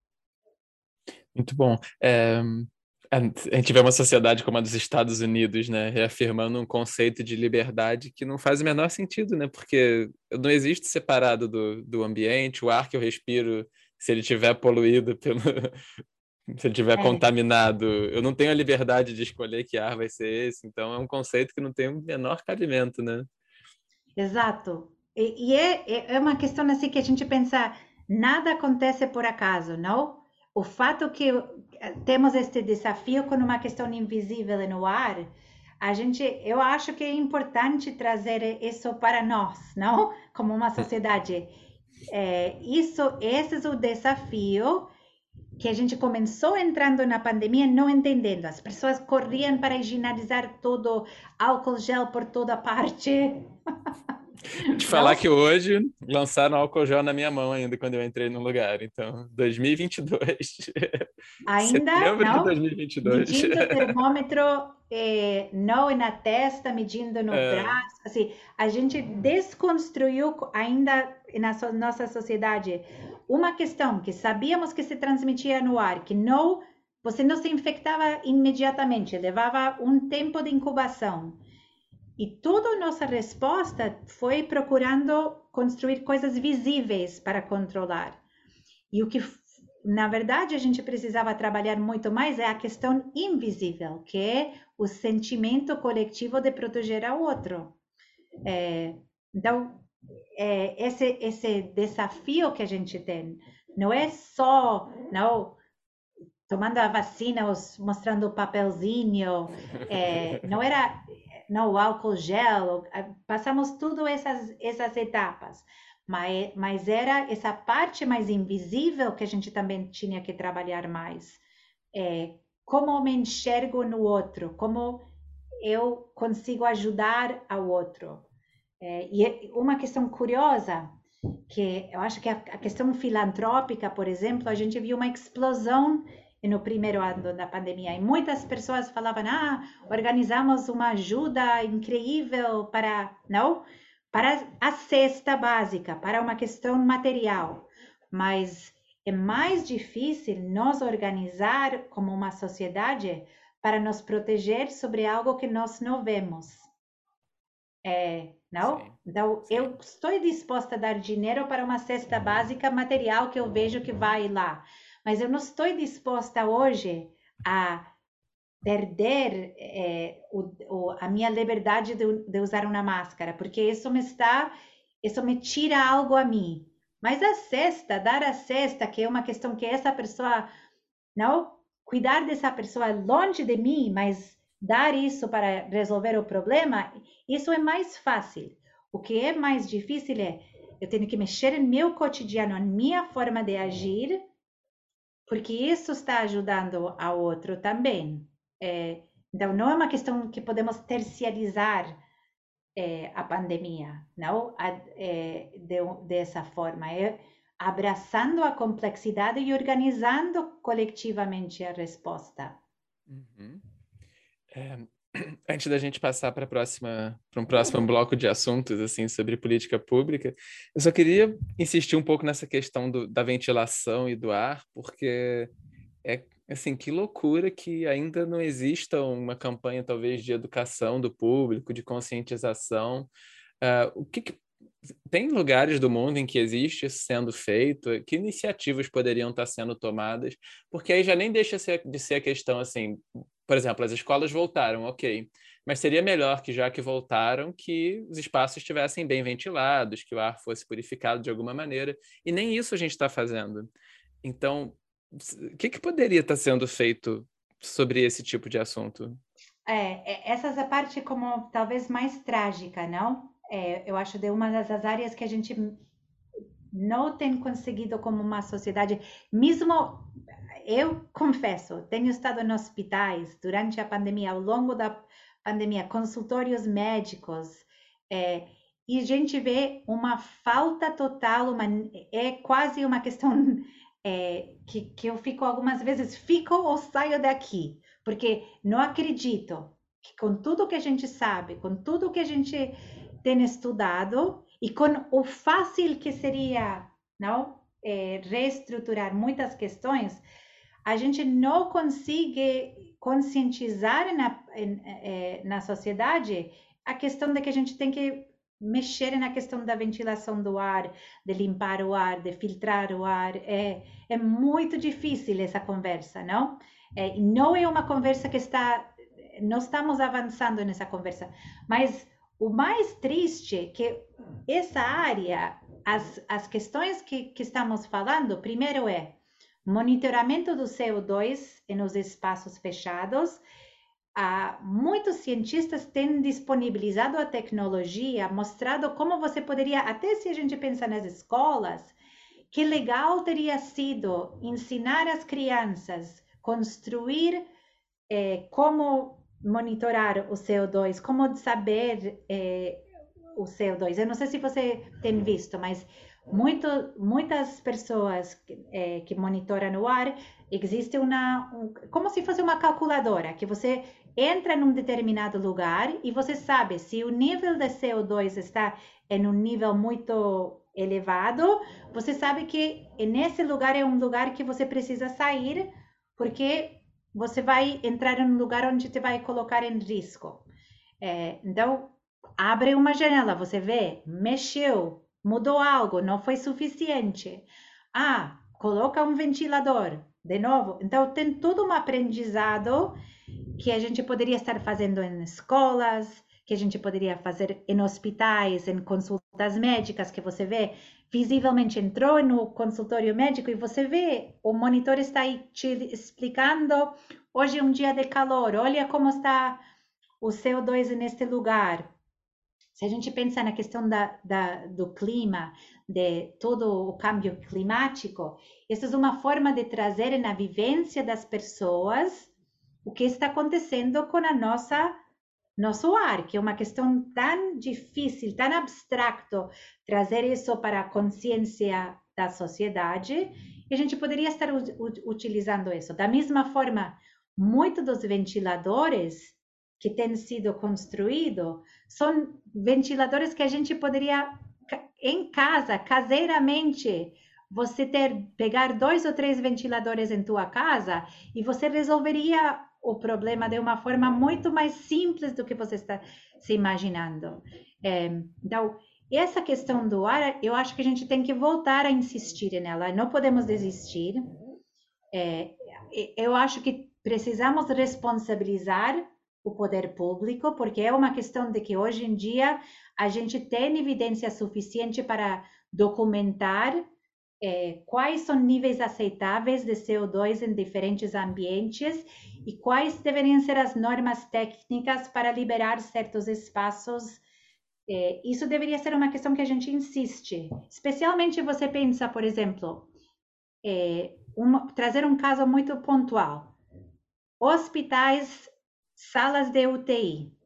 Muito bom. É, a a gente vê uma sociedade como a dos Estados Unidos, né, reafirmando um conceito de liberdade que não faz o menor sentido, né, porque eu não existo separado do, do ambiente, o ar que eu respiro, se ele estiver poluído pelo, se ele estiver É, contaminado, eu não tenho a liberdade de escolher que ar vai ser esse, então é um conceito que não tem o menor cabimento, né? exato. E, e é, é é uma questão assim que a gente pensa, nada acontece por acaso, não? O fato que eh, temos este desafio com uma questão invisível no ar, a gente, eu acho que é importante trazer isso para nós, não? Como uma sociedade. É, isso, esse é o desafio que a gente começou entrando na pandemia não entendendo. As pessoas corriam para higienizar todo, álcool gel por toda parte. Vou te falar Não, que hoje lançaram álcool gel na minha mão ainda quando eu entrei no lugar. Então, dois mil e vinte e dois. ainda Setembro de não. dois mil e vinte e dois. Medindo o termômetro, eh, não na testa, medindo no É, braço. Assim, a gente desconstruiu ainda na so- nossa sociedade uma questão que sabíamos que se transmitia no ar, que não, você não se infectava imediatamente, levava um tempo de incubação. E toda a nossa resposta foi procurando construir coisas visíveis para controlar. E o que, na verdade, a gente precisava trabalhar muito mais é a questão invisível, que é o sentimento coletivo de proteger ao outro. É, então, é, esse, esse desafio que a gente tem não é só, não, tomando a vacina, os, mostrando o papelzinho, é, não era não, o álcool gel, passamos tudo essas, essas etapas, mas, mas era essa parte mais invisível que a gente também tinha que trabalhar mais. É, como me enxergo no outro, como eu consigo ajudar ao outro. É, e uma questão curiosa, que eu acho que a, a questão filantrópica, por exemplo, a gente viu uma explosão no primeiro ano da pandemia e muitas pessoas falavam, ah, organizamos uma ajuda incrível para, não, para a cesta básica, para uma questão material, mas é mais difícil nos organizar como uma sociedade para nos proteger sobre algo que nós não vemos. É, não? sim, Então, sim. eu estou disposta a dar dinheiro para uma cesta básica material que eu vejo que vai lá, mas eu não estou disposta hoje a perder é, o, o, a minha liberdade de, de usar uma máscara, porque isso me está, isso me tira algo a mim. Mas a cesta, dar a cesta, que é uma questão que essa pessoa não cuidar dessa pessoa longe de mim, mas dar isso para resolver o problema, isso é mais fácil. O que é mais difícil é eu tenho que mexer no meu cotidiano, na minha forma de agir, porque isso está ajudando ao outro também. É, então, não é uma questão que podemos terciarizar é, a pandemia, não é, de, dessa forma. É abraçando a complexidade e organizando coletivamente a resposta. Uhum. É, antes da gente passar para próxima, para um próximo bloco de assuntos assim sobre política pública, eu só queria insistir um pouco nessa questão do, da ventilação e do ar, porque é assim, que loucura que ainda não exista uma campanha talvez de educação do público, de conscientização. Uh, o que, que tem lugares do mundo em que existe isso sendo feito, que iniciativas poderiam estar sendo tomadas, porque aí já nem deixa de ser a questão assim, por exemplo, as escolas voltaram, ok, mas seria melhor que já que voltaram, que os espaços estivessem bem ventilados, que o ar fosse purificado de alguma maneira, e nem isso a gente está fazendo. Então, o que, que poderia estar sendo feito sobre esse tipo de assunto? É, essa é a parte como talvez mais trágica, não? É, eu acho de uma das áreas que a gente não tem conseguido como uma sociedade, mesmo eu confesso, tenho estado em hospitais durante a pandemia, ao longo da pandemia, consultórios médicos, é, e a gente vê uma falta total, uma, é quase uma questão é, que, que eu fico algumas vezes, fico ou saio daqui, porque não acredito que com tudo que a gente sabe, com tudo que a gente tem estudado e com o fácil que seria, não, é, reestruturar muitas questões, a gente não consegue conscientizar na, na sociedade a questão de que a gente tem que mexer na questão da ventilação do ar, de limpar o ar, de filtrar o ar. É, é muito difícil essa conversa, não? É, não é uma conversa que está... Não estamos avançando nessa conversa, mas o mais triste é que essa área, as, as questões que, que estamos falando, primeiro é monitoramento do C O dois nos espaços fechados. Ah, muitos cientistas têm disponibilizado a tecnologia, mostrado como você poderia, até se a gente pensa nas escolas, que legal teria sido ensinar as crianças construir eh, como monitorar o C O dois, como saber eh, o C O dois. Eu não sei se você tem visto, mas muito, muitas pessoas é, que monitoram o ar, existe uma, um, como se fosse uma calculadora, que você entra num determinado lugar e você sabe se o nível de C O dois está em um nível muito elevado, você sabe que nesse lugar é um lugar que você precisa sair, porque você vai entrar em um lugar onde te vai colocar em risco. É, então, abre uma janela, você vê, mexeu, mudou algo, não foi suficiente. Ah, coloca um ventilador, de novo. Então, tem todo um aprendizado que a gente poderia estar fazendo em escolas, que a gente poderia fazer em hospitais, em consultas médicas, que você vê, visivelmente entrou no consultório médico e você vê, o monitor está aí te explicando, hoje é um dia de calor, olha como está o C O dois neste lugar. Se a gente pensa na questão da, da, do clima, de todo o câmbio climático, essa é uma forma de trazer na vivência das pessoas o que está acontecendo com a nossa nosso ar, que é uma questão tão difícil, tão abstracto, trazer isso para a consciência da sociedade, e a gente poderia estar utilizando isso. Da mesma forma, muitos dos ventiladores que têm sido construídos são ventiladores que a gente poderia, em casa, caseiramente, você ter, pegar dois ou três ventiladores em tua casa e você resolveria o problema de uma forma muito mais simples do que você está se imaginando. É, então, essa questão do ar, eu acho que a gente tem que voltar a insistir nela, não podemos desistir. É, eu acho que precisamos responsabilizar o poder público, porque é uma questão de que hoje em dia a gente tem evidência suficiente para documentar é, quais são níveis aceitáveis de C O dois em diferentes ambientes e quais deveriam ser as normas técnicas para liberar certos espaços. É, isso deveria ser uma questão que a gente insiste, especialmente você pensa, por exemplo, é, uma, trazer um caso muito pontual, hospitais, salas de U T I.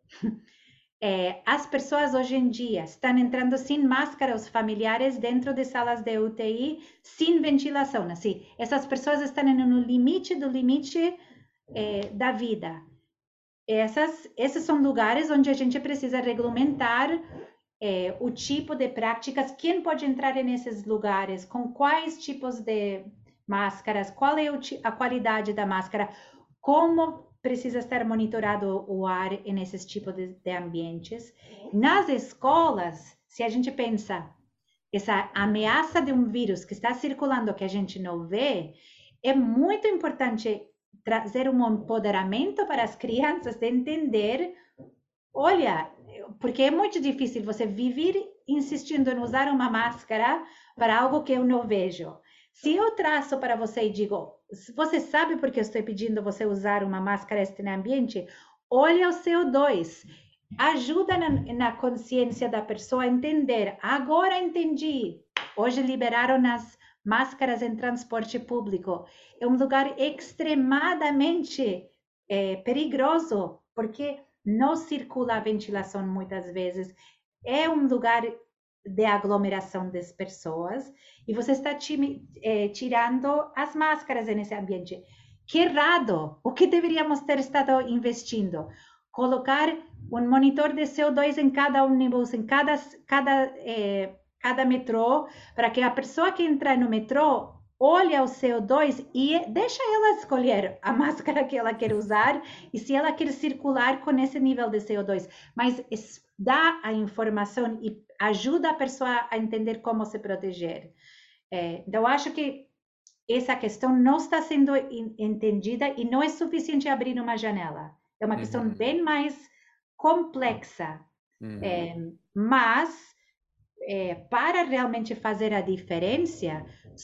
É, as pessoas hoje em dia estão entrando sem máscara, os familiares dentro de salas de U T I, sem ventilação. Assim, essas pessoas estão no limite do limite é, da vida. Essas, esses são lugares onde a gente precisa regulamentar é, o tipo de práticas, quem pode entrar nesses lugares, com quais tipos de máscaras, qual é o, a qualidade da máscara, como precisa estar monitorado o ar nesses tipos de, de ambientes. Nas escolas, se a gente pensa, essa ameaça de um vírus que está circulando, que a gente não vê, é muito importante trazer um empoderamento para as crianças de entender, olha, porque é muito difícil você viver insistindo em usar uma máscara para algo que eu não vejo. Se eu traço para você e digo, você sabe por que eu estou pedindo você usar uma máscara neste ambiente? Olha o C O dois. Ajuda na, na consciência da pessoa a entender. Agora entendi. Hoje liberaram as máscaras em transporte público. É um lugar extremamente é, perigoso, porque não circula a ventilação muitas vezes. É um lugar de aglomeração das pessoas e você está é, tirando as máscaras nesse ambiente. Que errado! O que deveríamos ter estado investindo? Colocar um monitor de C O dois em cada ônibus, em cada, cada, eh, cada metrô, para que a pessoa que entrar no metrô olhe o C O dois e deixa ela escolher a máscara que ela quer usar e se ela quer circular com esse nível de C O dois. Mas dá a informação e ajuda a pessoa a entender como se proteger. É, então, eu acho que essa questão não está sendo entendida e não é suficiente abrir uma janela. É uma questão uhum. bem mais complexa. Uhum. É, mas, é, para realmente fazer a diferença,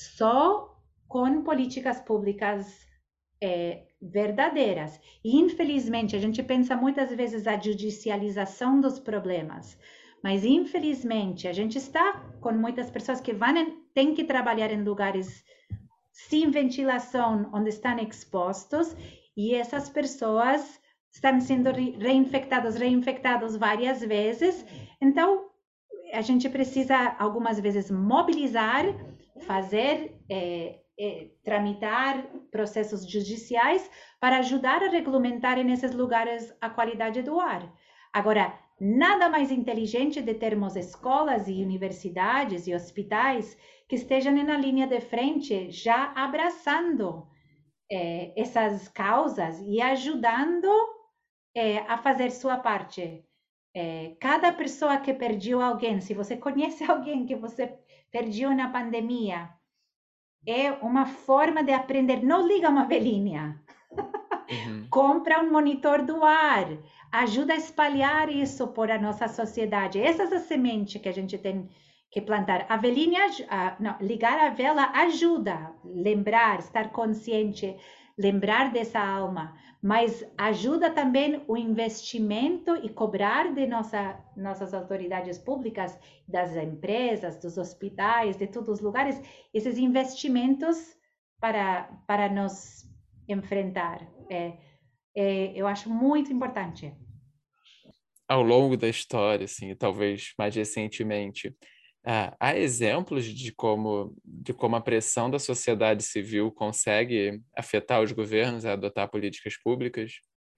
só com políticas públicas é, verdadeiras. E, infelizmente, a gente pensa muitas vezes a judicialização dos problemas. Mas, infelizmente, a gente está com muitas pessoas que vão, têm que trabalhar em lugares sem ventilação, onde estão expostos, e essas pessoas estão sendo reinfectadas, reinfectadas várias vezes. Então, a gente precisa, algumas vezes, mobilizar, fazer, é, é, tramitar processos judiciais para ajudar a regulamentar nesses lugares a qualidade do ar. Agora, nada mais inteligente de termos escolas e universidades e hospitais que estejam na linha de frente, já abraçando é, essas causas e ajudando é, a fazer sua parte. É, cada pessoa que perdeu alguém, se você conhece alguém que você perdeu na pandemia, é uma forma de aprender. Não liga uma velhinha. Uhum. Compra um monitor do ar. Ajuda a espalhar isso por a nossa sociedade. Essas são as sementes que a gente tem que plantar. A velhinha, a, não, ligar a vela ajuda, lembrar, estar consciente, lembrar dessa alma, mas ajuda também o investimento e cobrar de nossa, nossas autoridades públicas, das empresas, dos hospitais, de todos os lugares, esses investimentos para, para nos enfrentar. É, é, eu acho muito importante. Ao longo da história, assim, talvez mais recentemente, Ah, há exemplos de como, de como a pressão da sociedade civil consegue afetar os governos a adotar políticas públicas?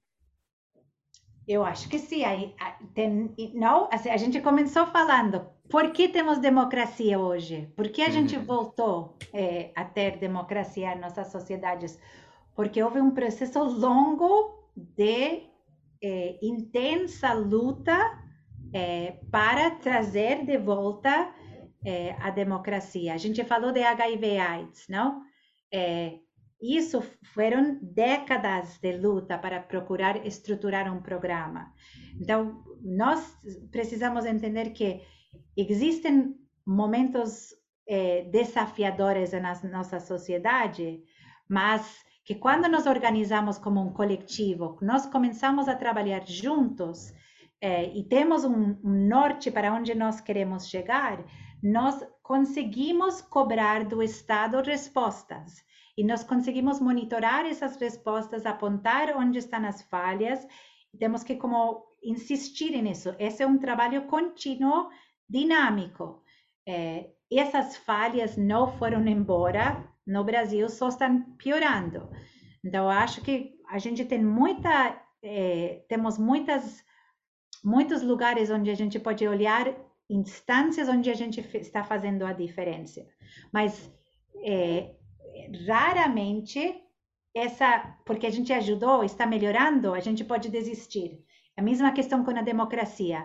Eu acho que sim. Aí, tem, não, assim, a gente começou falando, por que temos democracia hoje? Por que a uhum. gente voltou é, a ter democracia em nossas sociedades? Porque houve um processo longo de é, intensa luta é, para trazer de volta é, a democracia. A gente falou de H I V AIDS, não? É, isso foram décadas de luta para procurar estruturar um programa. Então, nós precisamos entender que existem momentos é, desafiadores na nossa sociedade, mas que quando nos organizamos como um coletivo, nós começamos a trabalhar juntos, É, e temos um, um norte para onde nós queremos chegar, nós conseguimos cobrar do Estado respostas. E nós conseguimos monitorar essas respostas, apontar onde estão as falhas. Temos que como insistir nisso. Esse é um trabalho contínuo, dinâmico. É, essas falhas não foram embora no Brasil, só estão piorando. Então, eu acho que a gente tem muita, é, temos muitas muitos lugares onde a gente pode olhar, instâncias onde a gente está fazendo a diferença. Mas é, raramente essa, porque a gente ajudou, está melhorando, a gente pode desistir. A mesma questão com a democracia.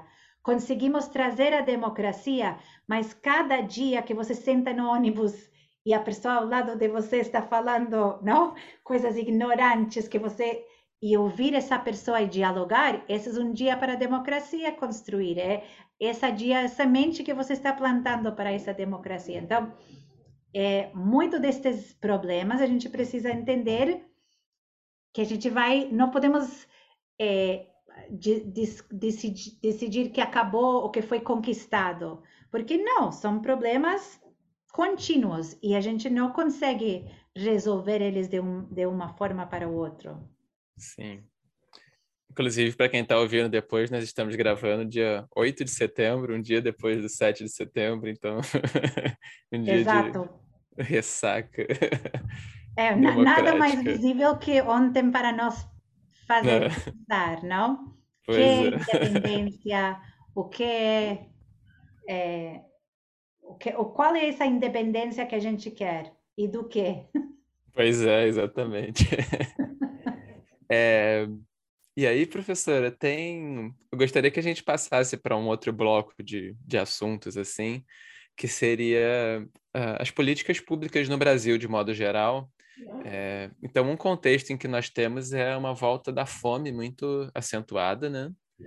conseguimos trazer a democracia, mas cada dia que você senta no ônibus e a pessoa ao lado de você está falando, não, coisas ignorantes que você e ouvir essa pessoa e dialogar, esse é um dia para a democracia construir, é essa dia, essa semente que você está plantando para essa democracia. Então, é, muito destes problemas a gente precisa entender que a gente vai, não podemos é, de, de, decidir, decidir que acabou ou que foi conquistado, porque não, são problemas contínuos e a gente não consegue resolver eles de, um, de uma forma para o outro. Sim. Inclusive, para quem está ouvindo depois, nós estamos gravando dia oito de setembro, um dia depois do sete de setembro, então um dia Exato. de ressaca É, nada mais democrática. visível que ontem para nós fazer Não. pensar, não? Pois Que é é. independência, o que é, é o que, o, qual é essa independência que a gente quer e do que? Pois é, exatamente. É, e aí, professora, tem. Eu gostaria que a gente passasse para um outro bloco de, de assuntos, assim, que seria uh, as políticas públicas no Brasil, de modo geral. É, então, um contexto em que nós temos é uma volta da fome muito acentuada, né?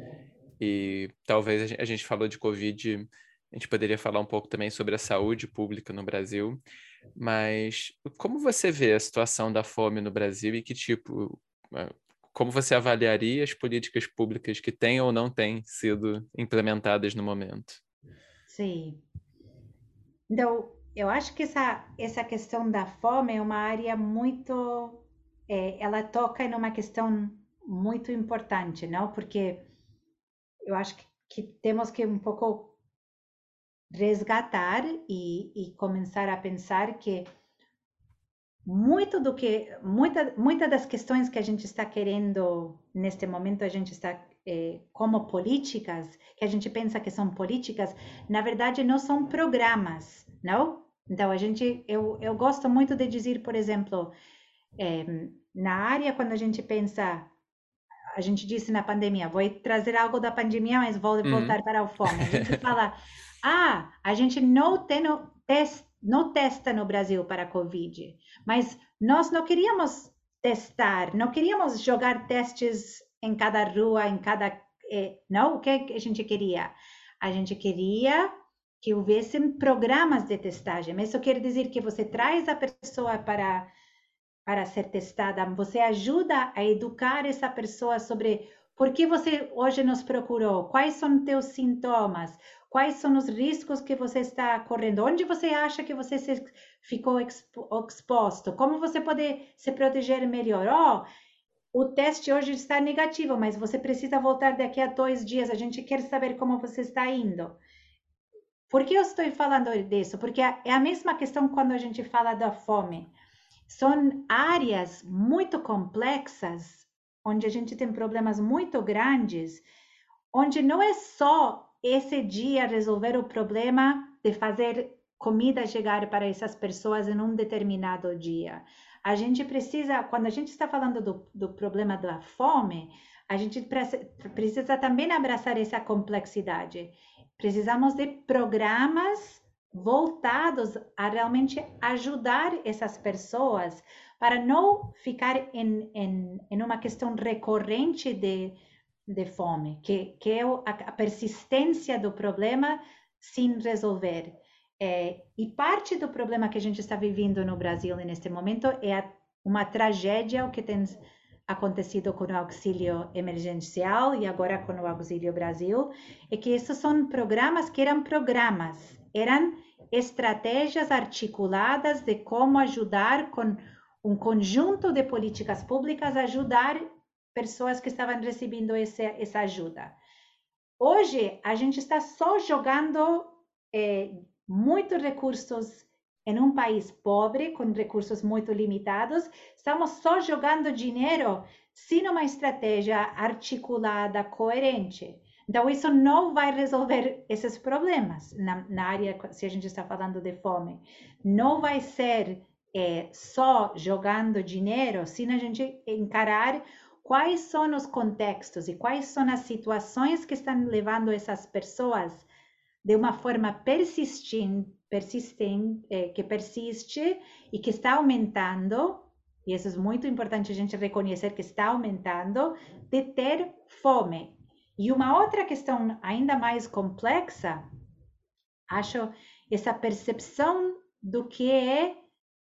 E talvez a gente, a gente falou de Covid, a gente poderia falar um pouco também sobre a saúde pública no Brasil. Mas como você vê a situação da fome no Brasil e que tipo, como você avaliaria as políticas públicas que têm ou não têm sido implementadas no momento? Sim. Então, eu acho que essa, essa questão da fome é uma área muito, é, ela toca em uma questão muito importante, não? Porque eu acho que, que temos que um pouco resgatar e, e começar a pensar que muito do que, muita, muita das questões que a gente está querendo neste momento, a gente está eh, como políticas, que a gente pensa que são políticas, na verdade não são programas, não? Então a gente, eu, eu gosto muito de dizer, por exemplo, eh, na área quando a gente pensa, a gente disse na pandemia, vou trazer algo da pandemia, mas vou voltar Uhum. para a fome. A gente fala, ah, a gente não tem no, test, não testa no Brasil para a Covid, mas nós não queríamos testar, não queríamos jogar testes em cada rua, em cada, eh, não, o que a gente queria? A gente queria que houvessem programas de testagem. Isso quer dizer que você traz a pessoa para para ser testada, você ajuda a educar essa pessoa sobre por que você hoje nos procurou, quais são teus sintomas, quais são os riscos que você está correndo, onde você acha que você se ficou exposto, como você pode se proteger melhor. Oh, o teste hoje está negativo, mas você precisa voltar daqui a dois dias, a gente quer saber como você está indo. Por que eu estou falando disso? Porque é a mesma questão quando a gente fala da fome. São áreas muito complexas, onde a gente tem problemas muito grandes, onde não é só esse dia resolver o problema de fazer comida chegar para essas pessoas em um determinado dia. A gente precisa, quando a gente está falando do, do problema da fome, a gente precisa também abraçar essa complexidade. Precisamos de programas voltados a realmente ajudar essas pessoas para não ficar em, em, em uma questão recorrente de, de fome, que, que é a, a persistência do problema sem resolver. É, e parte do problema que a gente está vivendo no Brasil neste momento é a, uma tragédia o que tem acontecido com o auxílio emergencial e agora com o Auxílio Brasil, é que esses são programas que eram programas, eram estratégias articuladas de como ajudar com um conjunto de políticas públicas, ajudar pessoas que estavam recebendo essa, essa ajuda. Hoje, a gente está só jogando eh, muitos recursos em um país pobre, com recursos muito limitados, estamos só jogando dinheiro sem uma estratégia articulada, coerente. Então, isso não vai resolver esses problemas na, na área, se a gente está falando de fome. Não vai ser é, só jogando dinheiro, sem a gente encarar quais são os contextos e quais são as situações que estão levando essas pessoas de uma forma persistente, persistente eh, que persiste e que está aumentando, e isso é muito importante a gente reconhecer que está aumentando, de ter fome. E uma outra questão ainda mais complexa, acho, essa percepção do que é,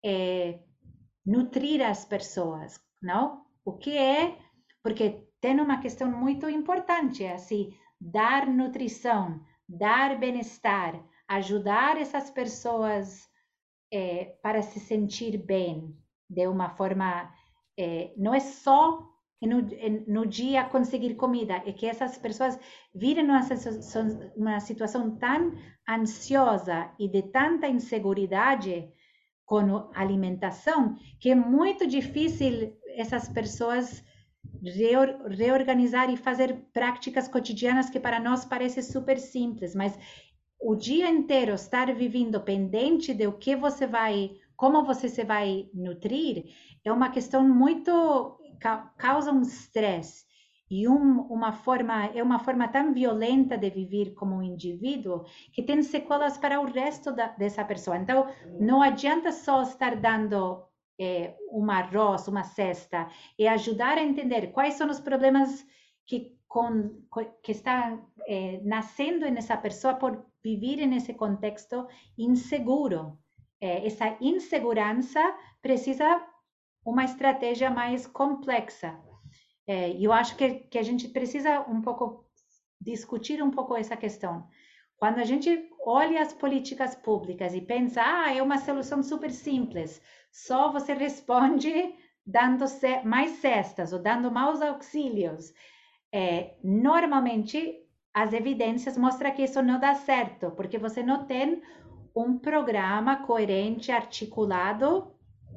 é nutrir as pessoas, não? O que é, porque tem uma questão muito importante, assim, dar nutrição, dar bem-estar, ajudar essas pessoas é, para se sentir bem, de uma forma, é, não é só no, no dia conseguir comida, é que essas pessoas viram uma, uma situação tão ansiosa e de tanta inseguridade com alimentação, que é muito difícil essas pessoas reorganizar e fazer práticas cotidianas que para nós parece super simples, mas o dia inteiro estar vivendo pendente de o que você vai, como você se vai nutrir, é uma questão muito, causa um estresse e um, uma forma, é uma forma tão violenta de viver como um indivíduo que tem sequelas para o resto da, dessa pessoa. Então, não adianta só estar dando é, um arroz, uma cesta, e ajudar a entender quais são os problemas que, com, que estão é, nascendo nessa pessoa por viver nesse contexto inseguro. É, essa insegurança precisa uma estratégia mais complexa. É, eu acho que, que a gente precisa um pouco discutir um pouco essa questão. Quando a gente olha as políticas públicas e pensa, ah, é uma solução super simples, só você responde dando mais cestas ou dando mais auxílios. É, normalmente, as evidências mostram que isso não dá certo, porque você não tem um programa coerente, articulado,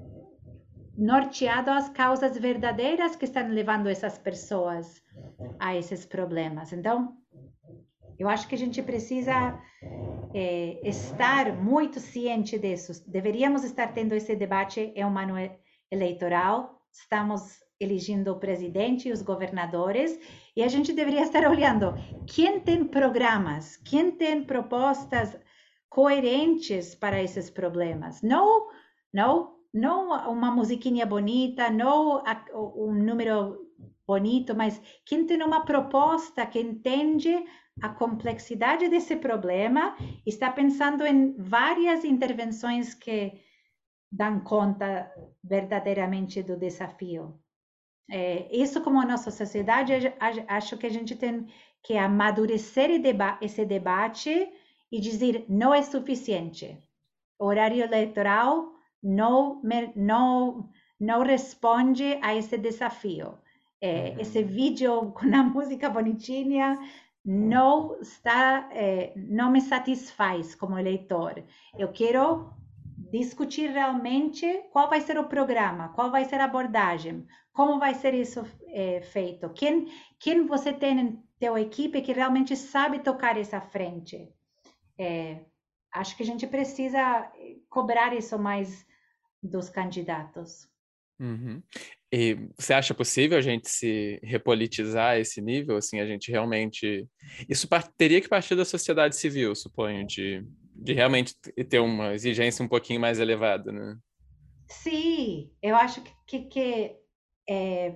norteado às causas verdadeiras que estão levando essas pessoas a esses problemas. Então, eu acho que a gente precisa é, estar muito ciente disso. Deveríamos estar tendo esse debate em um ano eleitoral. Estamos elegendo o presidente e os governadores, e a gente deveria estar olhando quem tem programas, quem tem propostas coerentes para esses problemas. Não, não, não uma musiquinha bonita, não um número bonito, mas quem tem uma proposta que entende a complexidade desse problema, está pensando em várias intervenções que dão conta verdadeiramente do desafio. É, isso, como a nossa sociedade, acho que a gente tem que amadurecer esse debate e dizer não é suficiente. O horário eleitoral não, não, não responde a esse desafio. É, uhum. Esse vídeo com a música bonitinha não está, é, não me satisfaz como eleitor. Eu quero discutir realmente qual vai ser o programa, qual vai ser a abordagem, como vai ser isso é, feito, quem, quem você tem em teu equipe que realmente sabe tocar essa frente. É, acho que a gente precisa cobrar isso mais dos candidatos. Uhum. E você acha possível a gente se repolitizar a esse nível? Assim, a gente realmente... Isso teria que partir da sociedade civil, suponho, de, de realmente ter uma exigência um pouquinho mais elevada, né? Sim, eu acho que, que, que é,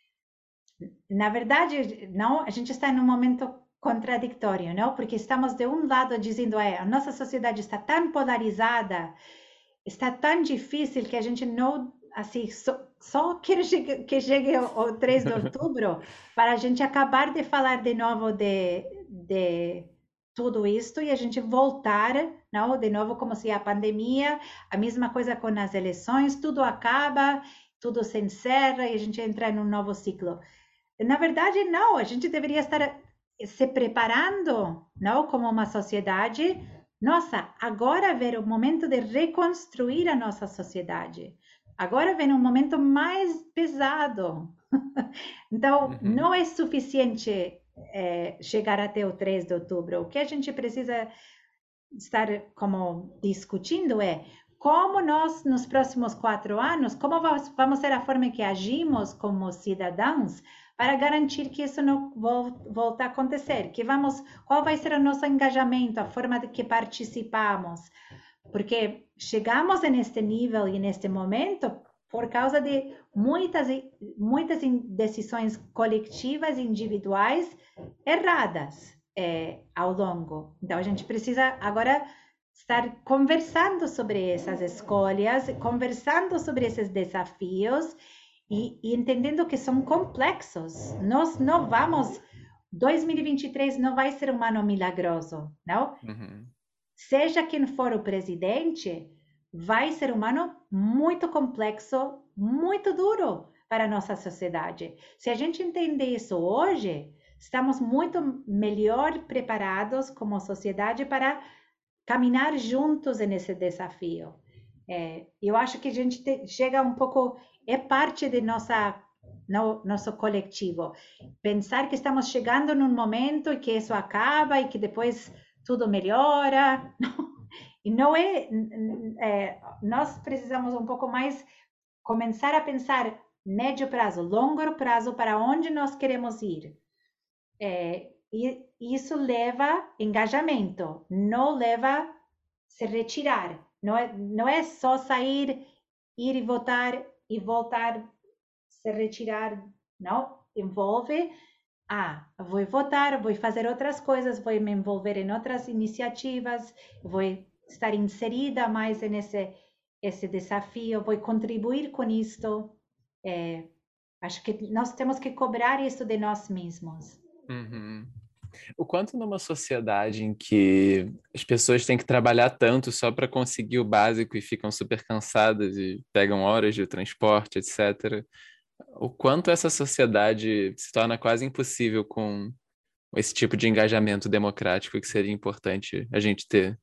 na verdade, não, a gente está em um momento contraditório, não? Porque estamos de um lado dizendo, é, a nossa sociedade está tão polarizada, está tão difícil que a gente não, assim, só, só quer que chegue o três de outubro para a gente acabar de falar de novo de, de tudo isto e a gente voltar, não? De novo como se a pandemia, a mesma coisa com as eleições, tudo acaba, tudo se encerra e a gente entra em um novo ciclo. Na verdade, não, a gente deveria estar se preparando, não, como uma sociedade. Nossa, agora vem o momento de reconstruir a nossa sociedade. Agora vem um momento mais pesado. Então, uhum. Não é suficiente é, chegar até o três de outubro. O que a gente precisa estar como discutindo é como nós, nos próximos quatro anos, como vamos ser a forma que agimos como cidadãos para garantir que isso não volte a acontecer, que vamos, qual vai ser o nosso engajamento, a forma de que participamos, porque chegamos neste nível e neste momento por causa de muitas muitas decisões coletivas e individuais erradas é, ao longo. Então a gente precisa agora estar conversando sobre essas escolhas, conversando sobre esses desafios e, e entendendo que são complexos. Nós não vamos, dois mil e vinte e três não vai ser um ano milagroso, não? Uhum. Seja quem for o presidente, vai ser um ano muito complexo, muito duro para a nossa sociedade. Se a gente entender isso hoje, estamos muito melhor preparados como sociedade para caminhar juntos nesse desafio. É, eu acho que a gente te, chega um pouco, é parte de nossa, no, nosso coletivo. Pensar que estamos chegando num momento e que isso acaba e que depois tudo melhora. E não é, é, nós precisamos um pouco mais começar a pensar médio prazo, longo prazo, para onde nós queremos ir. É, e isso leva engajamento, não leva se retirar. Não é, não é só sair, ir e votar e voltar, se retirar, não. Envolve, ah, vou votar, vou fazer outras coisas, vou me envolver em outras iniciativas, vou estar inserida mais nesse esse desafio, vou contribuir com isto. É, acho que nós temos que cobrar isso de nós mesmos. Uhum. O quanto numa sociedade em que as pessoas têm que trabalhar tanto só para conseguir o básico e ficam super cansadas e pegam horas de transporte, etcétera, o quanto essa sociedade se torna quase impossível com esse tipo de engajamento democrático que seria importante a gente ter.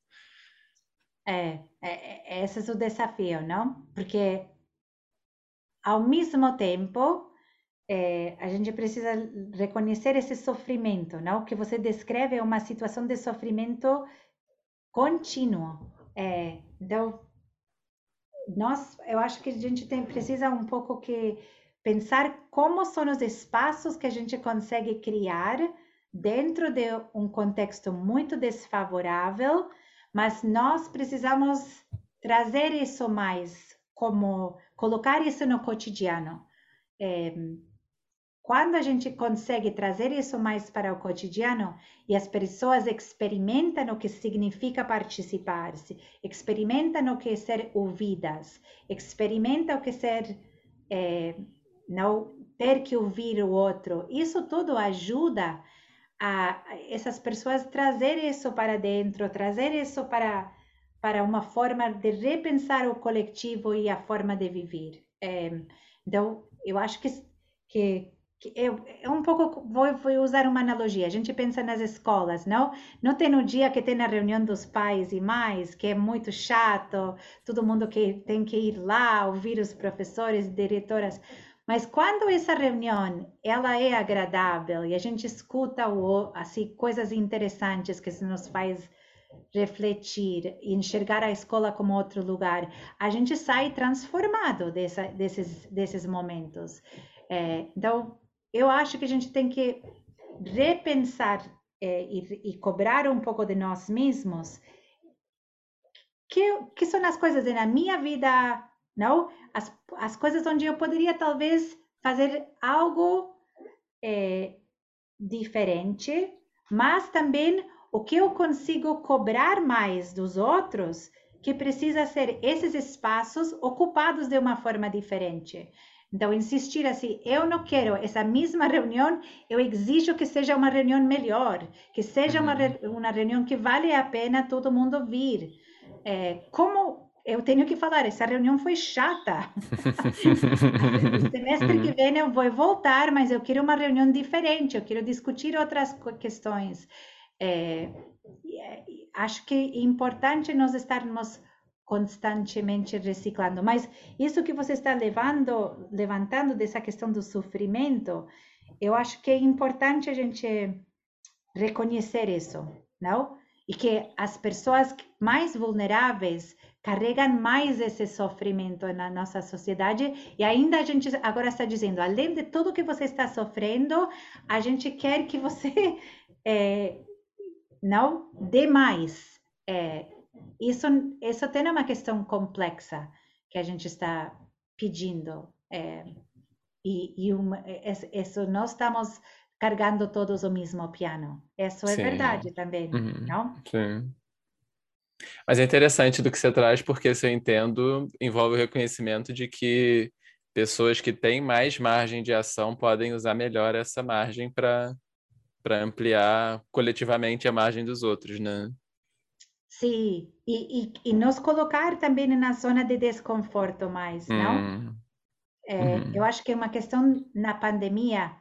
É, é, esse é o desafio, não? Porque, ao mesmo tempo, é, a gente precisa reconhecer esse sofrimento, não? Que você descreve é uma situação de sofrimento contínuo. É, então, nós, eu acho que a gente tem, precisa um pouco que pensar como são os espaços que a gente consegue criar dentro de um contexto muito desfavorável, mas nós precisamos trazer isso mais, como colocar isso no cotidiano. É, quando a gente consegue trazer isso mais para o cotidiano e as pessoas experimentam o que significa participar, experimentam o que é ser ouvidas, experimentam o que é ser é, não ter que ouvir o outro, isso tudo ajuda a essas pessoas trazer isso para dentro, trazer isso para para uma forma de repensar o coletivo e a forma de viver. É, então, eu acho que, que, que é, é um pouco, vou, vou usar uma analogia, a gente pensa nas escolas, não? Não tem um dia que tem a reunião dos pais e mães, que é muito chato, todo mundo que tem que ir lá, ouvir os professores, diretoras, mas quando essa reunião ela é agradável e a gente escuta o, assim, coisas interessantes que nos faz refletir e enxergar a escola como outro lugar, a gente sai transformado dessa, desses, desses momentos. É, então, eu acho que a gente tem que repensar é, e, e cobrar um pouco de nós mesmos que, que são as coisas na minha vida, não? As, as coisas onde eu poderia talvez fazer algo é, diferente, mas também o que eu consigo cobrar mais dos outros, que precisa ser esses espaços ocupados de uma forma diferente. Então, insistir assim, eu não quero essa mesma reunião, eu exijo que seja uma reunião melhor, que seja uhum. uma, uma reunião que vale a pena todo mundo vir. É, como eu tenho que falar, essa reunião foi chata. O semestre que vem eu vou voltar, mas eu quero uma reunião diferente, eu quero discutir outras questões. É, acho que é importante nós estarmos constantemente reciclando, mas isso que você está levando, levantando dessa questão do sofrimento, eu acho que é importante a gente reconhecer isso, não? e que as pessoas mais vulneráveis carregam mais esse sofrimento na nossa sociedade, e ainda a gente agora está dizendo, além de tudo que você está sofrendo, a gente quer que você é, não dê mais. É, isso, isso tem uma questão complexa que a gente está pedindo. É, e, e uma, isso nós estamos carregando todos o mesmo piano. Isso é Sim. verdade também, Uhum. não? Sim. Mas é interessante do que você traz, porque se eu entendo, envolve o reconhecimento de que pessoas que têm mais margem de ação podem usar melhor essa margem para para ampliar coletivamente a margem dos outros, né? Sim, e, e, e nos colocar também na zona de desconforto mais, não? Hum, É, eu uhum, acho que é uma questão na pandemia,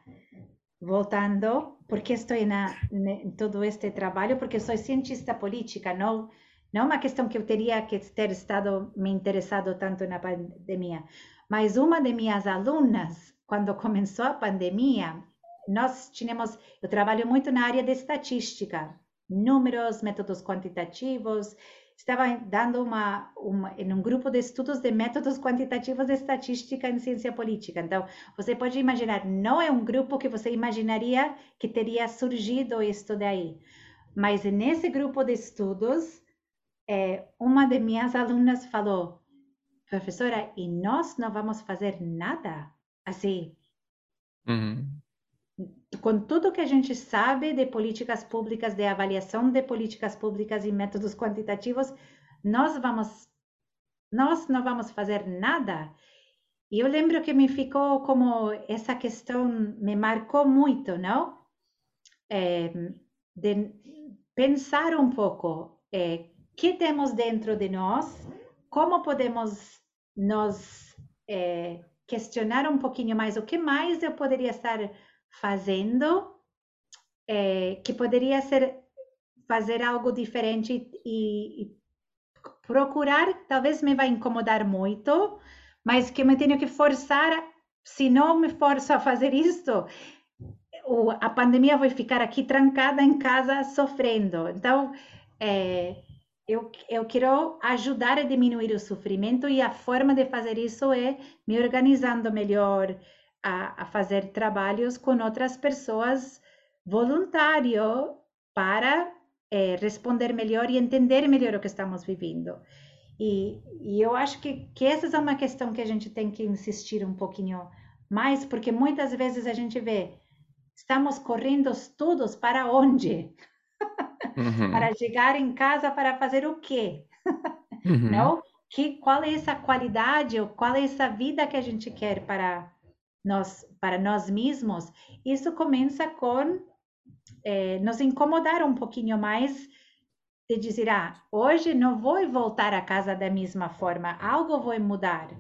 voltando, porque estou na, em todo este trabalho, porque sou cientista política, não, não é uma questão que eu teria que ter estado me interessado tanto na pandemia, mas uma de minhas alunas, quando começou a pandemia, nós tínhamos, eu trabalho muito na área de estatística, números, métodos quantitativos, estava dando uma, uma em um grupo de estudos de métodos quantitativos de estatística em ciência política. Então, você pode imaginar, não é um grupo que você imaginaria que teria surgido isso daí, mas nesse grupo de estudos, é, uma de minhas alunas falou, professora, e nós não vamos fazer nada? Assim, uhum. com tudo que a gente sabe de políticas públicas, de avaliação de políticas públicas e métodos quantitativos, nós vamos, nós não vamos fazer nada? E eu lembro que me ficou como essa questão me marcou muito, não? É, de pensar um pouco é, que temos dentro de nós, como podemos nos é, questionar um pouquinho mais o que mais eu poderia estar fazendo, é, que poderia ser fazer algo diferente e, e procurar, talvez me vai incomodar muito, mas que me tenho que forçar, se não me forço a fazer isso, a pandemia vai ficar aqui trancada em casa sofrendo. Então, é, eu, eu quero ajudar a diminuir o sofrimento e a forma de fazer isso é me organizando melhor, a, a fazer trabalhos com outras pessoas voluntário para é, responder melhor e entender melhor o que estamos vivendo. E, e eu acho que, que essa é uma questão que a gente tem que insistir um pouquinho mais, porque muitas vezes a gente vê, estamos correndo todos para onde? Uhum, Para chegar em casa para fazer o quê? uhum. Não? Que, qual é essa qualidade ou qual é essa vida que a gente quer para nós, para nós mesmos? Isso começa com eh, nos incomodar um pouquinho mais de dizer, ah, hoje não vou voltar a casa da mesma forma, algo vai mudar.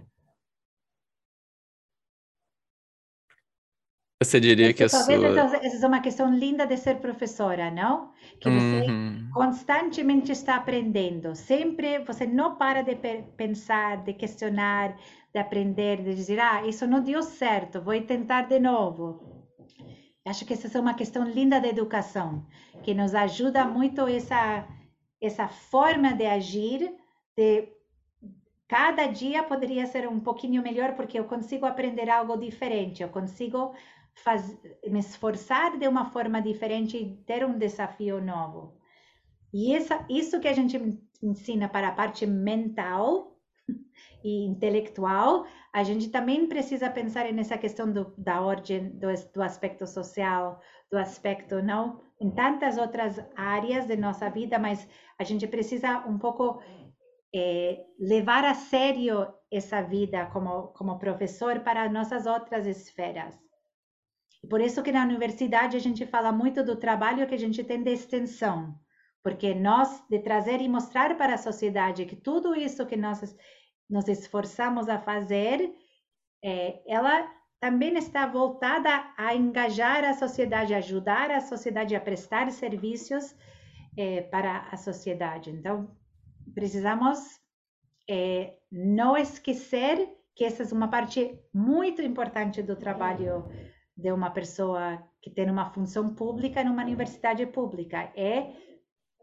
Você diria que Esse, a talvez sua. essa, essa é uma questão linda de ser professora, não? Que você Uhum. constantemente está aprendendo, sempre você não para de pensar, de questionar, de aprender, de dizer, ah, isso não deu certo, vou tentar de novo. Acho que essa é uma questão linda da educação, que nos ajuda muito essa, essa forma de agir, de cada dia poderia ser um pouquinho melhor, porque eu consigo aprender algo diferente, eu consigo faz, me esforçar de uma forma diferente e ter um desafio novo. E essa, isso que a gente ensina para a parte mental e intelectual, a gente também precisa pensar nessa questão do, da ordem, do, do aspecto social, do aspecto, não, em tantas outras áreas de nossa vida, mas a gente precisa um pouco é, levar a sério essa vida como, como professor para nossas outras esferas. E por isso que na universidade a gente fala muito do trabalho que a gente tem de extensão, porque nós, de trazer e mostrar para a sociedade que tudo isso que nós nos esforçamos a fazer, é, ela também está voltada a engajar a sociedade, ajudar a sociedade a prestar serviços é, para a sociedade. Então, precisamos é, não esquecer que essa é uma parte muito importante do trabalho de uma pessoa que tem uma função pública numa universidade pública, é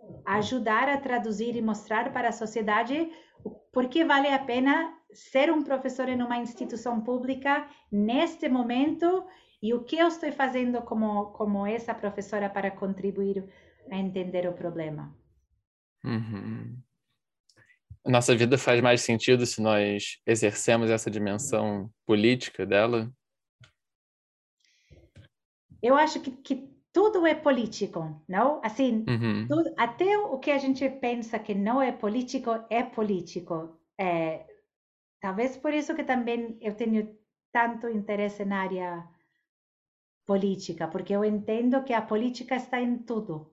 ajudar a traduzir e mostrar para a sociedade por que vale a pena ser um professor em uma instituição pública neste momento e o que eu estou fazendo como, como essa professora para contribuir a entender o problema. Uhum. Nossa vida faz mais sentido se nós exercemos essa dimensão política dela? Eu acho que, que tudo é político, não? Assim, Uhum. tudo, até o que a gente pensa que não é político, é político. É, talvez por isso que também eu tenho tanto interesse na área política, porque eu entendo que a política está em tudo.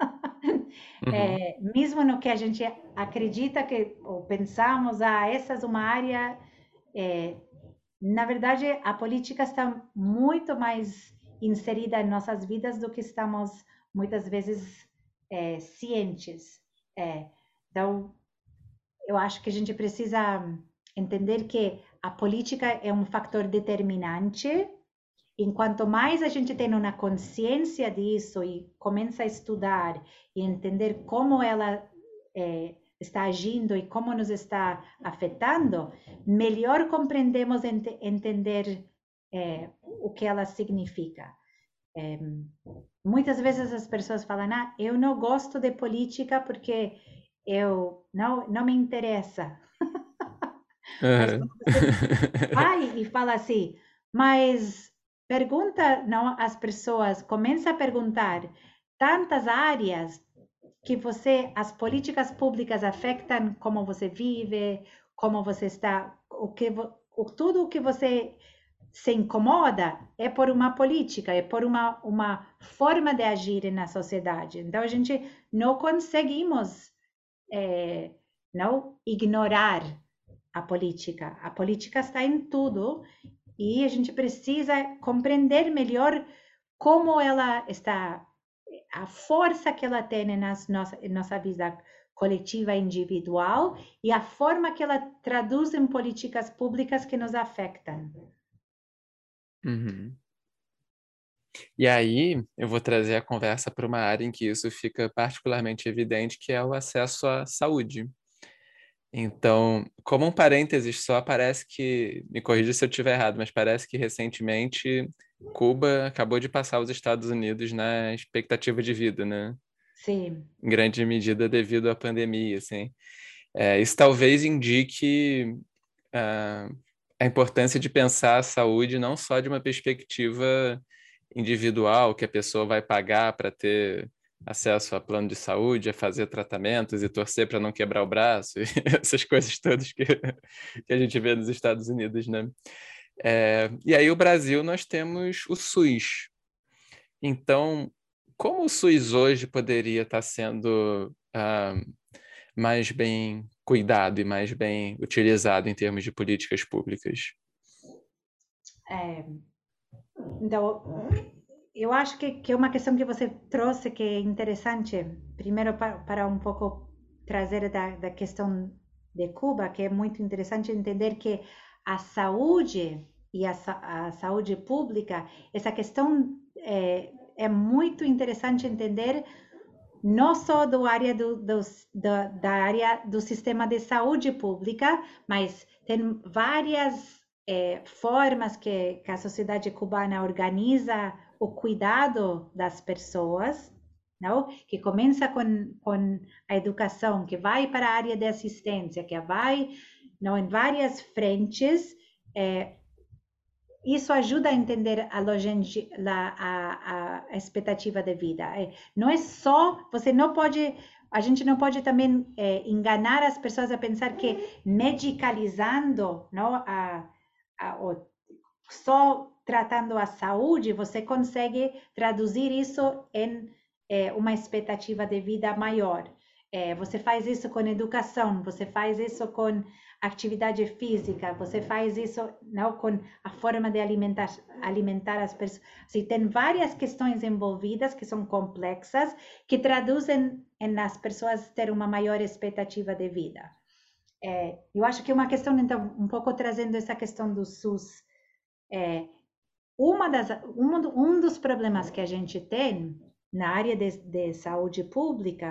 Uhum. É, mesmo no que a gente acredita que, ou pensamos, ah, essa é uma área, é, na verdade, a política está muito mais inserida em nossas vidas do que estamos muitas vezes é, cientes. É, então, eu acho que a gente precisa entender que a política é um fator determinante. Enquanto mais a gente tem uma consciência disso e começa a estudar e entender como ela é, está agindo e como nos está afetando, melhor compreendemos ent entender é, o que ela significa. É, muitas vezes as pessoas falam, ah, eu não gosto de política porque eu não, não me interessa. Mas Uhum. quando você vai e fala assim, mas pergunta não às pessoas, começa a perguntar tantas áreas que você, as políticas públicas afetam como você vive, como você está, o que o, tudo o que você se incomoda é por uma política, é por uma, uma forma de agir na sociedade. Então a gente não conseguimos é, não ignorar a política. A política está em tudo e a gente precisa compreender melhor como ela está, a força que ela tem nas nossa, em nossa vida coletiva e individual e a forma que ela traduz em políticas públicas que nos afetam. Uhum. E aí, eu vou trazer a conversa para uma área em que isso fica particularmente evidente, que é o acesso à saúde. Então, como um parênteses só, parece que, me corrija se eu estiver errado, mas parece que recentemente Cuba acabou de passar os Estados Unidos na expectativa de vida, né? Sim. Em grande medida devido à pandemia, assim. É, isso talvez indique ah, a importância de pensar a saúde não só de uma perspectiva individual, que a pessoa vai pagar para ter acesso a plano de saúde, a fazer tratamentos e torcer para não quebrar o braço, essas coisas todas que, que a gente vê nos Estados Unidos, né? É, e aí o Brasil nós temos o SUS. Então, como o SUS hoje poderia estar sendo ah, mais bem cuidado e mais bem utilizado em termos de políticas públicas? É, então, eu acho que, que é uma questão que você trouxe que é interessante. Primeiro, para, para um pouco trazer da, da questão de Cuba, que é muito interessante entender que a saúde e a, a saúde pública, essa questão é, é muito interessante entender não só do área do, do, da, da área do sistema de saúde pública, mas tem várias é, formas que, que a sociedade cubana organiza o cuidado das pessoas, não? Que começa com, com a educação, que vai para a área de assistência, que vai não, em várias frentes. É, isso ajuda a entender a, longe, a, a, a expectativa de vida. É, não é só, você não pode, a gente não pode também é, enganar as pessoas a pensar que medicalizando, não, a, a, o, só tratando a saúde, você consegue traduzir isso em é, uma expectativa de vida maior. É, você faz isso com educação, você faz isso com atividade física, você faz isso não com a forma de alimentar, alimentar as pessoas. Assim, tem várias questões envolvidas que são complexas, que traduzem em as pessoas ter uma maior expectativa de vida. É, eu acho que é uma questão, então, um pouco trazendo essa questão do SUS. É, uma das, um, um dos problemas que a gente tem na área de, de saúde pública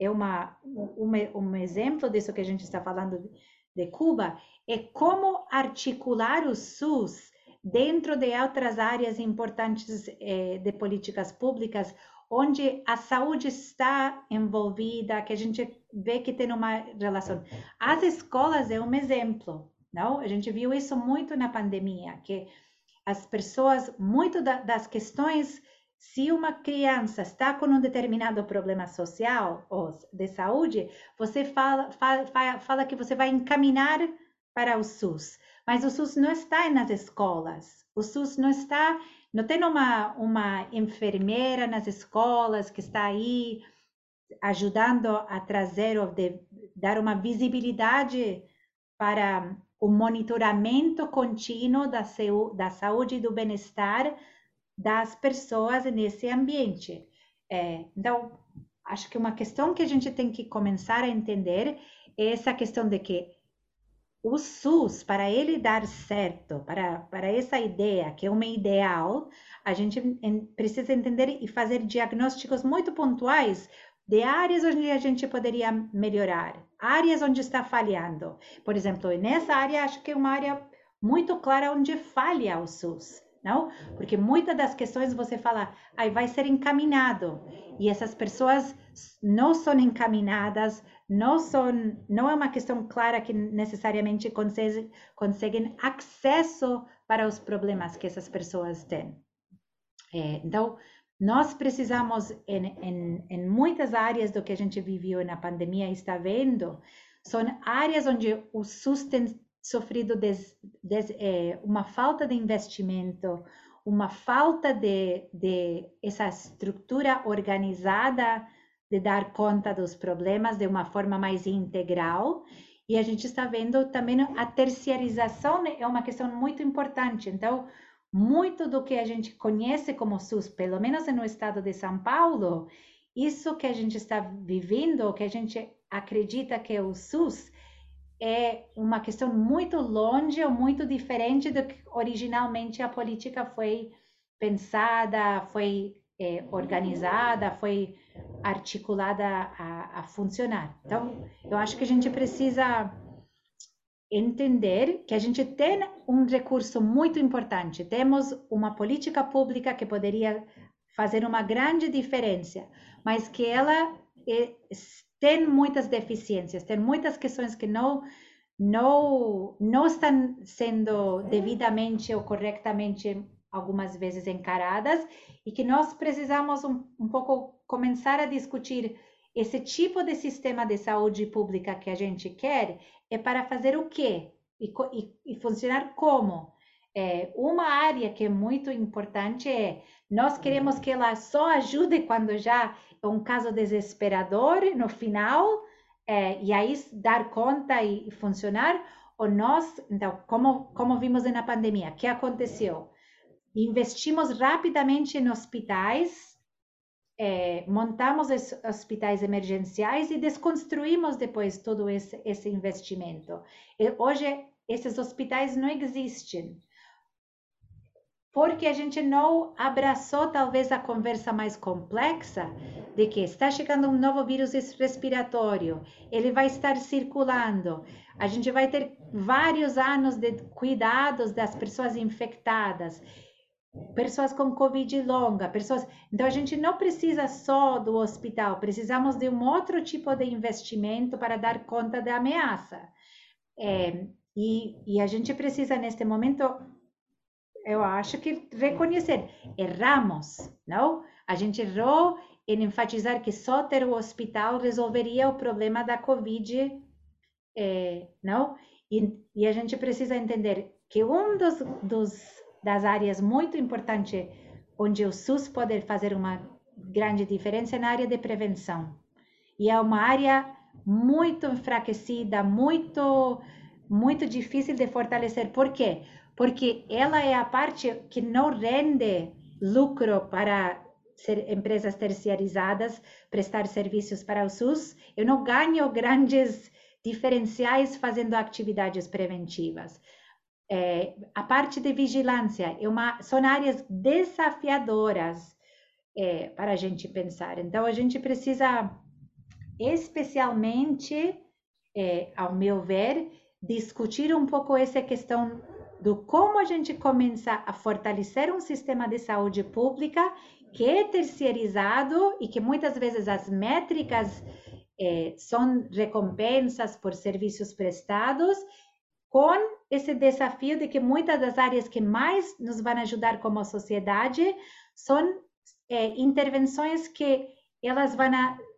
é uma, um, um exemplo disso que a gente está falando de Cuba, é como articular o SUS dentro de outras áreas importantes eh, de políticas públicas, onde a saúde está envolvida, que a gente vê que tem uma relação. As escolas é um exemplo, não? A gente viu isso muito na pandemia, que as pessoas, muito da, das questões, se uma criança está com um determinado problema social ou de saúde, você fala, fala, fala que você vai encaminhar para o SUS, mas o SUS não está nas escolas, o SUS não está, não tem uma, uma enfermeira nas escolas que está aí ajudando a trazer ou de, dar uma visibilidade para o monitoramento contínuo da, da saúde e do bem-estar das pessoas nesse ambiente. É, então, acho que uma questão que a gente tem que começar a entender é essa questão de que o SUS, para ele dar certo, para, para essa ideia, que é uma ideal, a gente precisa entender e fazer diagnósticos muito pontuais de áreas onde a gente poderia melhorar, áreas onde está falhando. Por exemplo, nessa área, acho que é uma área muito clara onde falha o SUS, não? Porque muitas das questões você fala, aí vai ser encaminhado, e essas pessoas não são encaminadas, não são, não é uma questão clara que necessariamente conseguem, conseguem acesso para os problemas que essas pessoas têm. É, então, nós precisamos, em, em, em muitas áreas do que a gente viveu na pandemia e está vendo, são áreas onde o SUS tem sofrido des, des, é, uma falta de investimento, uma falta de, de essa estrutura organizada de dar conta dos problemas de uma forma mais integral. E a gente está vendo também a terciarização é uma questão muito importante. Então, muito do que a gente conhece como SUS, pelo menos no estado de São Paulo, isso que a gente está vivendo, que a gente acredita que é o SUS, é uma questão muito longe ou muito diferente do que originalmente a política foi pensada, foi é, organizada, foi articulada a, a funcionar. Então, eu acho que a gente precisa entender que a gente tem um recurso muito importante, temos uma política pública que poderia fazer uma grande diferença, mas que ela é, tem muitas deficiências, tem muitas questões que não, não, não estão sendo devidamente ou corretamente algumas vezes encaradas e que nós precisamos um, um pouco começar a discutir esse tipo de sistema de saúde pública que a gente quer é para fazer o quê? E, e, e funcionar como? É, uma área que é muito importante é, nós queremos que ela só ajude quando já é um caso desesperador no final, é, e aí dar conta e, e funcionar, ou nós, então, como, como vimos na pandemia, o que aconteceu? Investimos rapidamente em hospitais, É, montamos hospitais emergenciais e desconstruímos depois todo esse, esse investimento. E hoje, esses hospitais não existem, porque a gente não abraçou talvez a conversa mais complexa de que está chegando um novo vírus respiratório, ele vai estar circulando, a gente vai ter vários anos de cuidados das pessoas infectadas, pessoas com Covid longa, pessoas... Então, a gente não precisa só do hospital, precisamos de um outro tipo de investimento para dar conta da ameaça. É, e, e a gente precisa, neste momento, eu acho que reconhecer, erramos, não? A gente errou em enfatizar que só ter o hospital resolveria o problema da Covid, é, não? E, e a gente precisa entender que um dos... dos das áreas muito importantes onde o SUS pode fazer uma grande diferença é na área de prevenção. E é uma área muito enfraquecida, muito, muito difícil de fortalecer. Por quê? Porque ela é a parte que não rende lucro para ser empresas terciarizadas, prestar serviços para o SUS. Eu não ganho grandes diferenciais fazendo atividades preventivas. É, a parte de vigilância é uma, são áreas desafiadoras é, para a gente pensar. Então, a gente precisa especialmente, é, ao meu ver, discutir um pouco essa questão do como a gente começa a fortalecer um sistema de saúde pública que é terceirizado e que muitas vezes as métricas eh, são recompensas por serviços prestados, com esse desafio de que muitas das áreas que mais nos vão ajudar como sociedade são eh, intervenções que elas vão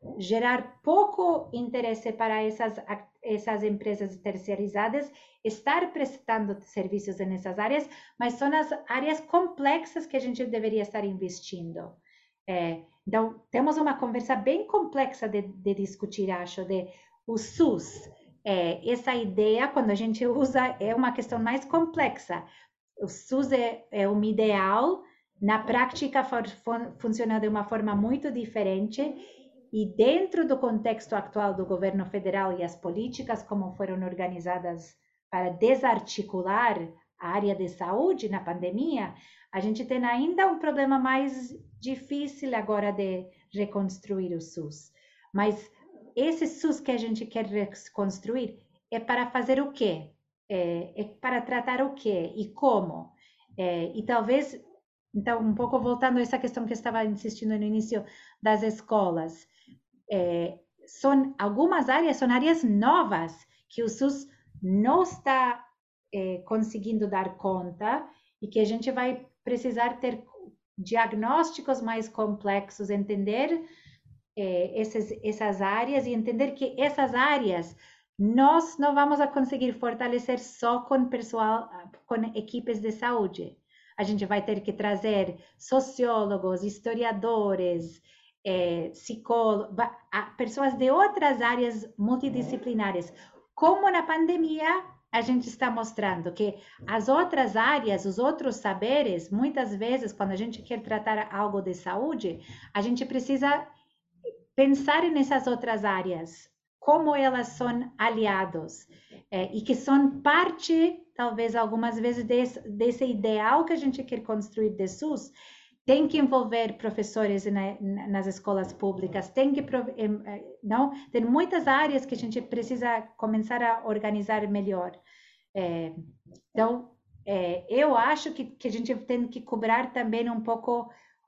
gerar pouco interesse para essas, essas empresas terceirizadas estar prestando serviços nessas áreas, mas são as áreas complexas que a gente deveria estar investindo. É, então, temos uma conversa bem complexa de, de discutir, acho, de o SUS. É, essa ideia, quando a gente usa, é uma questão mais complexa. O SUS é, é um ideal, na prática for, for, funciona de uma forma muito diferente, e dentro do contexto atual do governo federal e as políticas como foram organizadas para desarticular a área de saúde na pandemia, a gente tem ainda um problema mais difícil agora de reconstruir o SUS. Mas esse SUS que a gente quer reconstruir é para fazer o quê? É, é para tratar o quê e como? É, e talvez, então, um pouco voltando a essa questão que eu estava insistindo no início das escolas, é, são algumas áreas, são áreas novas que o SUS não está é, conseguindo dar conta e que a gente vai precisar ter diagnósticos mais complexos, entender é, essas, essas áreas e entender que essas áreas nós não vamos a conseguir fortalecer só com pessoal, com equipes de saúde. A gente vai ter que trazer sociólogos, historiadores, é, psicólogos, pessoas de outras áreas multidisciplinares. Como na pandemia, a gente está mostrando que as outras áreas, os outros saberes, muitas vezes, quando a gente quer tratar algo de saúde, a gente precisa pensar nessas outras áreas, como elas são aliados, é, e que são parte, talvez algumas vezes, desse, desse ideal que a gente quer construir de SUS. Tem que envolver professores na, nas escolas públicas, tem que, não, tem muitas áreas que a gente precisa começar a organizar melhor. É, então, é, eu acho que, que a gente tem que cobrar também um pouco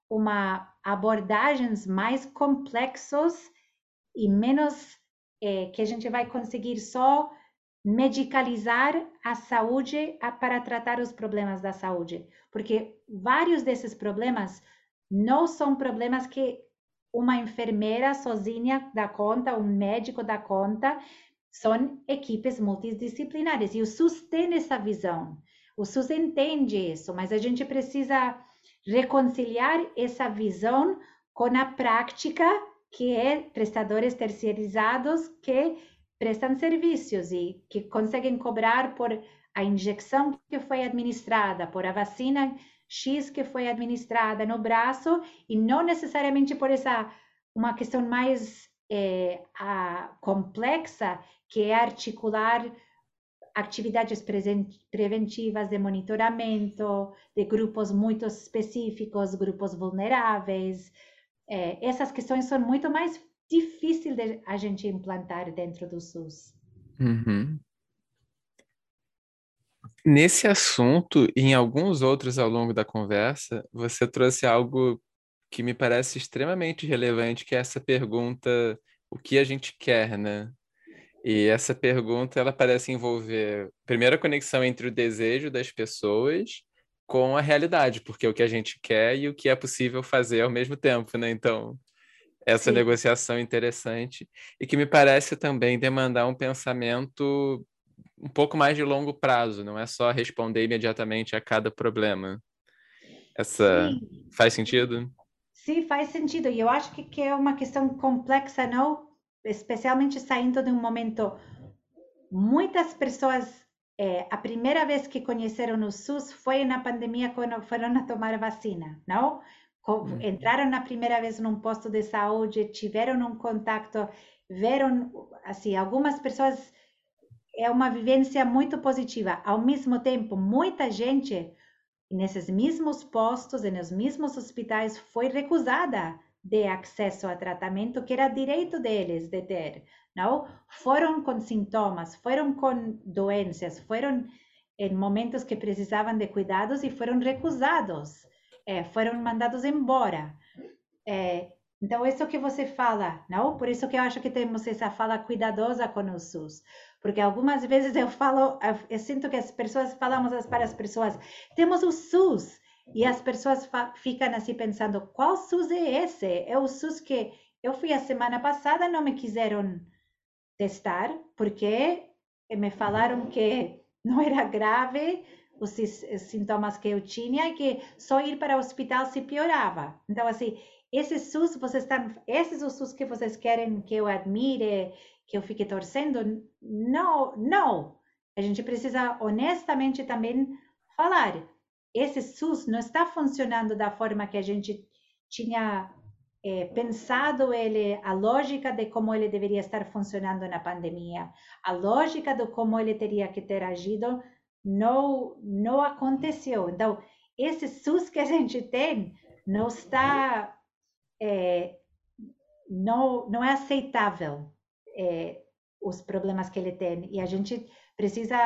uma abordagens mais complexos e menos é, que a gente vai conseguir só medicalizar a saúde para tratar os problemas da saúde, porque vários desses problemas não são problemas que uma enfermeira sozinha dá conta, um médico dá conta, são equipes multidisciplinares, e o SUS tem essa visão, o SUS entende isso, mas a gente precisa reconciliar essa visão com a prática, que é prestadores terceirizados que prestam serviços e que conseguem cobrar por a injeção que foi administrada, por a vacina X que foi administrada no braço, e não necessariamente por essa uma questão mais é, a, complexa, que é articular atividades preventivas de monitoramento de grupos muito específicos, grupos vulneráveis. É, essas questões são muito mais difíceis de a gente implantar dentro do SUS. Uhum. Nesse assunto e em alguns outros ao longo da conversa, você trouxe algo que me parece extremamente relevante, que é essa pergunta, o que a gente quer, né? E essa pergunta, ela parece envolver, primeiro, a conexão entre o desejo das pessoas com a realidade, porque é o que a gente quer e o que é possível fazer ao mesmo tempo, né? Então, essa Sim. negociação interessante e que me parece também demandar um pensamento um pouco mais de longo prazo, não é só responder imediatamente a cada problema. Essa Sim. faz sentido? Sim, faz sentido. E eu acho que, que é uma questão complexa, não? Especialmente saindo de um momento. Muitas pessoas, é, a primeira vez que conheceram o SUS foi na pandemia, quando foram a tomar a vacina, não? Uhum. Entraram na primeira vez num posto de saúde, tiveram um contato, viram, assim, algumas pessoas, é uma vivência muito positiva. Ao mesmo tempo, muita gente nesses mesmos postos e nos mesmos hospitais foi recusada de acesso a tratamento, que era direito deles de ter, não? Foram com sintomas, foram com doenças, foram em momentos que precisavam de cuidados e foram recusados, é, foram mandados embora. É, então, isso que você fala, não? Por isso que eu acho que temos essa fala cuidadosa com o SUS. Porque algumas vezes eu falo, eu sinto que as pessoas, falamos para as pessoas, temos o SUS, e as pessoas ficam assim pensando, qual SUS é esse? É o SUS que eu fui a semana passada, não me quiseram testar, porque me falaram que não era grave os sintomas que eu tinha e que só ir para o hospital se piorava. Então, assim, esse SUS, vocês estão, esse é o SUS que vocês querem que eu admire, que eu fique torcendo? Não, não. A gente precisa honestamente também falar. Esse SUS não está funcionando da forma que a gente tinha é, pensado ele, a lógica de como ele deveria estar funcionando na pandemia, a lógica de como ele teria que ter agido, não, não aconteceu. Então, esse SUS que a gente tem não está, é, não, não é aceitável, é, os problemas que ele tem. E a gente precisa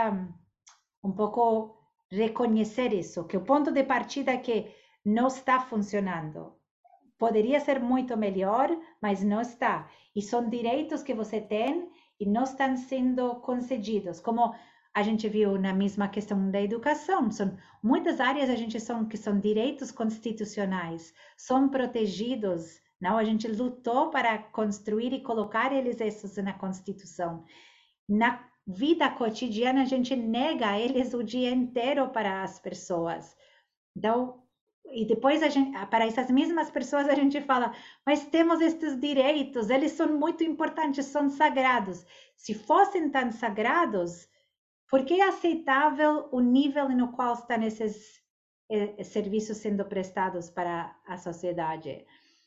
um pouco reconhecer isso, que o ponto de partida é que não está funcionando. Poderia ser muito melhor, mas não está. E são direitos que você tem e não estão sendo concedidos. Como a gente viu na mesma questão da educação, são muitas áreas a gente são que são direitos constitucionais, são protegidos. Não, a gente lutou para construir e colocar eles esses na Constituição. Na vida cotidiana a gente nega eles o dia inteiro para as pessoas. Então, e depois a gente, para essas mesmas pessoas a gente fala, mas temos estes direitos, eles são muito importantes, são sagrados. Se fossem tão sagrados, por que é aceitável o nível no qual estão esses eh, serviços sendo prestados para a sociedade?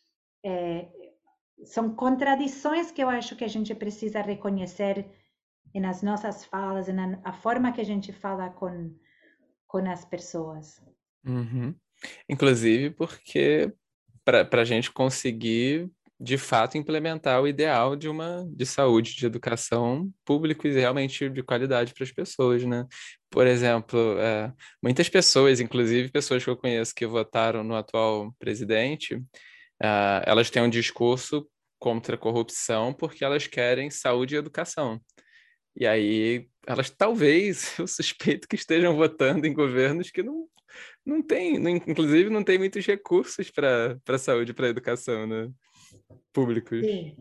É, são contradições que eu acho que a gente precisa reconhecer nas nossas falas, na a forma que a gente fala com, com as pessoas. Uhum. Inclusive porque para a gente conseguir de fato implementar o ideal de uma de saúde, de educação público e realmente de qualidade para as pessoas, né? Por exemplo, é, muitas pessoas, inclusive pessoas que eu conheço que votaram no atual presidente, é, elas têm um discurso contra a corrupção porque elas querem saúde e educação. E aí, elas talvez, eu suspeito que estejam votando em governos que não, não têm, não, inclusive não tem muitos recursos para para saúde, para educação, né? Públicos. Sim,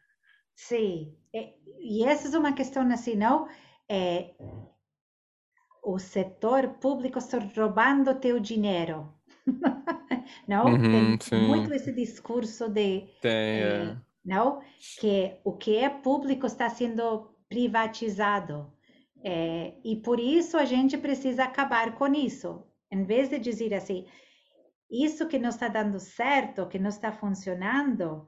sim. E, e essa é uma questão assim, não? É, o setor público está roubando teu dinheiro, não? Uhum, Tem sim, muito esse discurso de, tem. é, É. não? Que o que é público está sendo privatizado. É, e por isso a gente precisa acabar com isso. Em vez de dizer assim, isso que não está dando certo, que não está funcionando,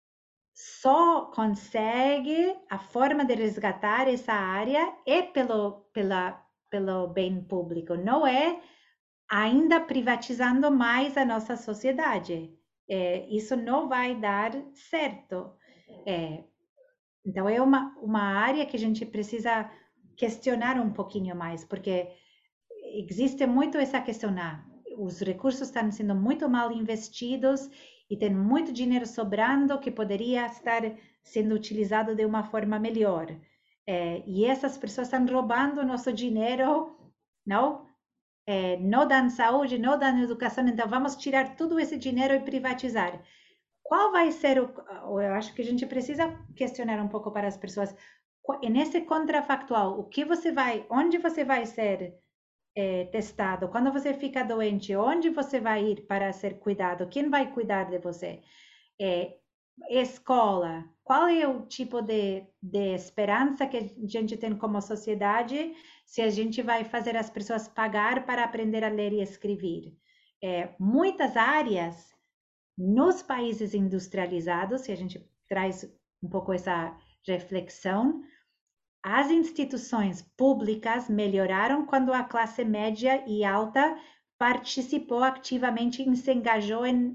só consegue a forma de resgatar essa área é pelo, pela, pelo bem público, não é ainda privatizando mais a nossa sociedade. É, isso não vai dar certo. É, então, é uma, uma área que a gente precisa questionar um pouquinho mais, porque existe muito essa questão, ah, os recursos estão sendo muito mal investidos e tem muito dinheiro sobrando que poderia estar sendo utilizado de uma forma melhor. É, e essas pessoas estão roubando nosso dinheiro, não? É, não dão saúde, não dão educação, então vamos tirar todo esse dinheiro e privatizar. Qual vai ser o... Eu acho que a gente precisa questionar um pouco para as pessoas, nesse contrafactual, o que você vai, onde você vai ser é, testado, quando você fica doente, onde você vai ir para ser cuidado, quem vai cuidar de você? É, escola, qual é o tipo de, de esperança que a gente tem como sociedade se a gente vai fazer as pessoas pagar para aprender a ler e escrever? É, muitas áreas nos países industrializados, se a gente traz um pouco essa reflexão, as instituições públicas melhoraram quando a classe média e alta participou ativamente e se engajou em,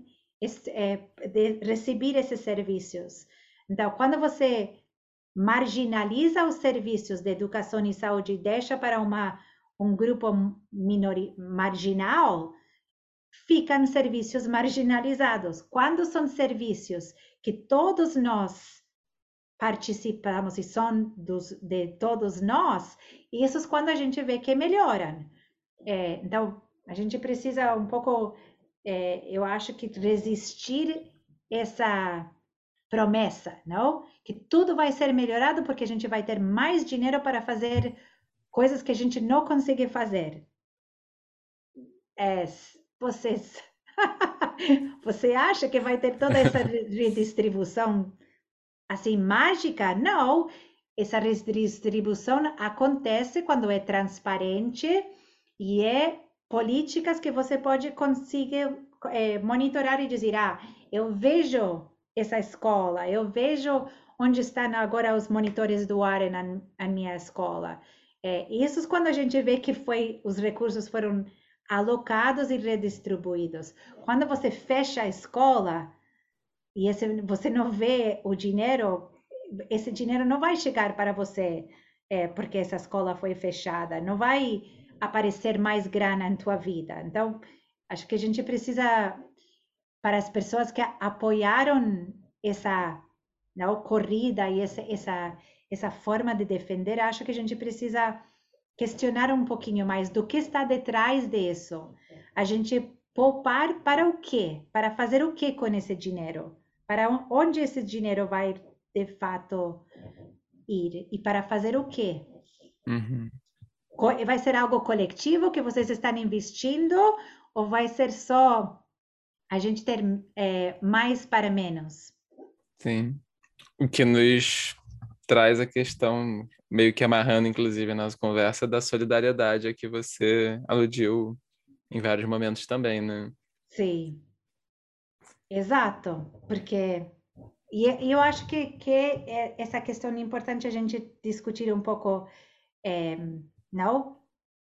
esse, é, de receber esses serviços. Então, quando você marginaliza os serviços de educação e saúde e deixa para uma, um grupo minori, marginal, ficam serviços marginalizados. Quando são serviços que todos nós participamos e são dos, de todos nós, isso é quando a gente vê que melhoram. É, então, a gente precisa um pouco, é, eu acho que resistir essa promessa, não? Que tudo vai ser melhorado porque a gente vai ter mais dinheiro para fazer coisas que a gente não consegue fazer. É, vocês, você acha que vai ter toda essa redistribuição assim mágica? Não. Essa redistribuição acontece quando é transparente e é políticas que você pode conseguir é, monitorar e dizer, ah, eu vejo essa escola, eu vejo onde estão agora os monitores do ar na, na minha escola. É, isso quando a gente vê que foi, os recursos foram alocados e redistribuídos. Quando você fecha a escola e esse, você não vê o dinheiro, esse dinheiro não vai chegar para você é, porque essa escola foi fechada, não vai aparecer mais grana em tua vida. Então, acho que a gente precisa, para as pessoas que apoiaram essa não, corrida e essa, essa, essa forma de defender, acho que a gente precisa questionar um pouquinho mais do que está detrás disso. A gente poupar para o quê? Para fazer o quê com esse dinheiro? Para onde esse dinheiro vai, de fato, ir? E para fazer o quê? Uhum. Vai ser algo coletivo que vocês estão investindo ou vai ser só a gente ter é, mais para menos? Sim. O que nos traz a questão, meio que amarrando, inclusive, a nossa conversa, da solidariedade a que você aludiu em vários momentos também, né? Sim, exato, porque e eu acho que, que é essa questão é importante a gente discutir um pouco, é, não?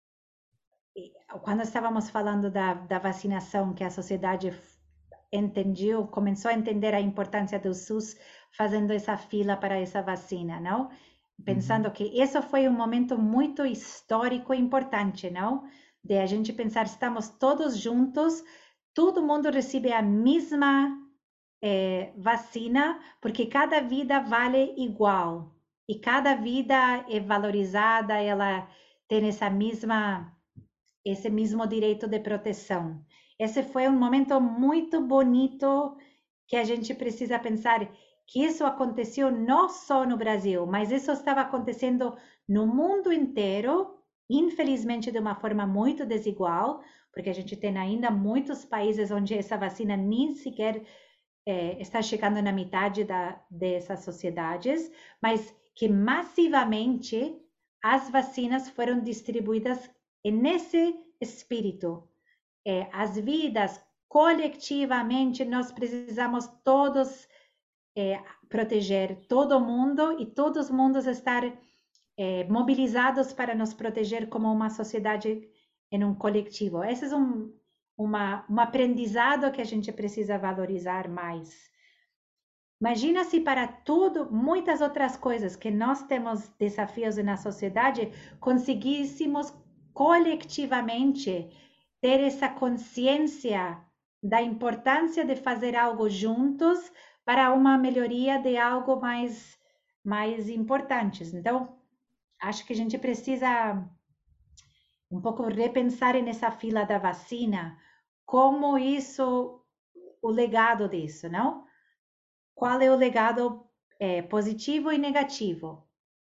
Quando estávamos falando da, da vacinação, que a sociedade entendeu, começou a entender a importância do SUS fazendo essa fila para essa vacina, não? Pensando que isso foi um momento muito histórico e importante, não? De a gente pensar, estamos todos juntos, todo mundo recebe a mesma eh, vacina, porque cada vida vale igual e cada vida é valorizada, ela tem essa mesma esse mesmo direito de proteção. Esse foi um momento muito bonito que a gente precisa pensar que isso aconteceu não só no Brasil, mas isso estava acontecendo no mundo inteiro, infelizmente de uma forma muito desigual, porque a gente tem ainda muitos países onde essa vacina nem sequer é, está chegando na metade da, dessas sociedades, mas que massivamente as vacinas foram distribuídas nesse espírito. É, as vidas, coletivamente, nós precisamos todos é, proteger todo mundo e todos mundos estar é, mobilizados para nos proteger como uma sociedade em um coletivo. Esse é um, uma, um aprendizado que a gente precisa valorizar mais. Imagina se para tudo, muitas outras coisas que nós temos desafios na sociedade, conseguíssemos coletivamente ter essa consciência da importância de fazer algo juntos para uma melhoria de algo mais, mais importante. Então, acho que a gente precisa um pouco repensar nessa fila da vacina, como isso, o legado disso, não? Qual é o legado é, positivo e negativo?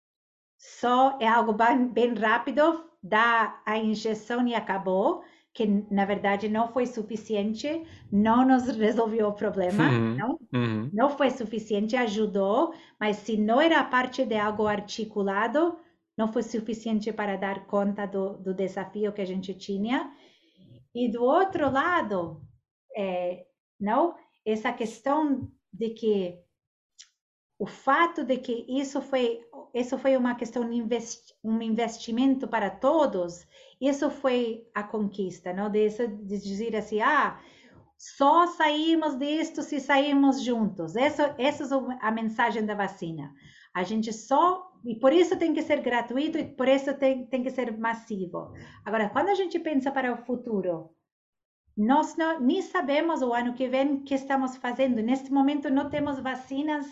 Só é algo bem, bem rápido, dá a injeção e acabou, que na verdade não foi suficiente, não nos resolveu o problema, Uhum, não? uhum. Não foi suficiente, ajudou, mas se não era parte de algo articulado, não foi suficiente para dar conta do, do desafio que a gente tinha. E do outro lado, é, não, essa questão de que o fato de que isso foi isso foi uma questão de investi um investimento para todos, isso foi a conquista, não? De, isso, de dizer assim, ah, só saímos disto se sairmos juntos. Essa, essa é a mensagem da vacina. A gente só, e por isso tem que ser gratuito e por isso tem, tem que ser massivo. Agora, quando a gente pensa para o futuro, nós não, nem sabemos o ano que vem o que estamos fazendo. Neste momento não temos vacinas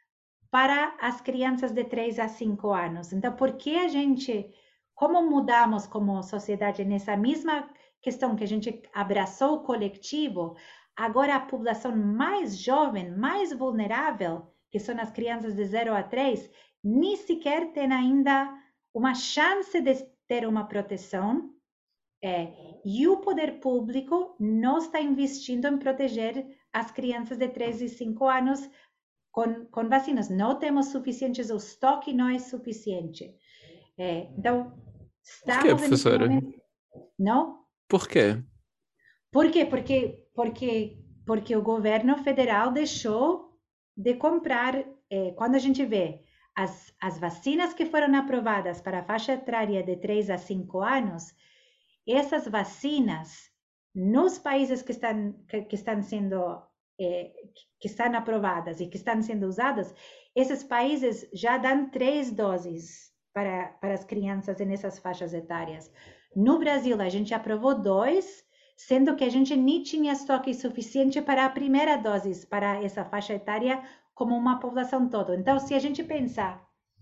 para as crianças de três a cinco anos. Então, por que a gente, como mudamos como sociedade nessa mesma questão que a gente abraçou o coletivo, agora a população mais jovem, mais vulnerável, que são as crianças de zero a três, nem sequer tem ainda uma chance de ter uma proteção, é, e o poder público não está investindo em proteger as crianças de três e cinco anos com, com vacinas. Não temos suficientes, o estoque não é suficiente. É, então, estamos... Por quê, professora? Momento... Não? Por quê? Por quê? Porque, porque, porque o governo federal deixou de comprar, é, quando a gente vê as, as vacinas que foram aprovadas para a faixa etária de três a cinco anos, essas vacinas, nos países que estão, que, que estão sendo, é, que estão aprovadas e que estão sendo usadas, esses países já dão três doses para, para as crianças nessas faixas etárias. No Brasil, a gente aprovou dois, sendo que a gente nem tinha estoque suficiente para a primeira dose, para essa faixa etária, como uma população toda. Então, se a gente pensar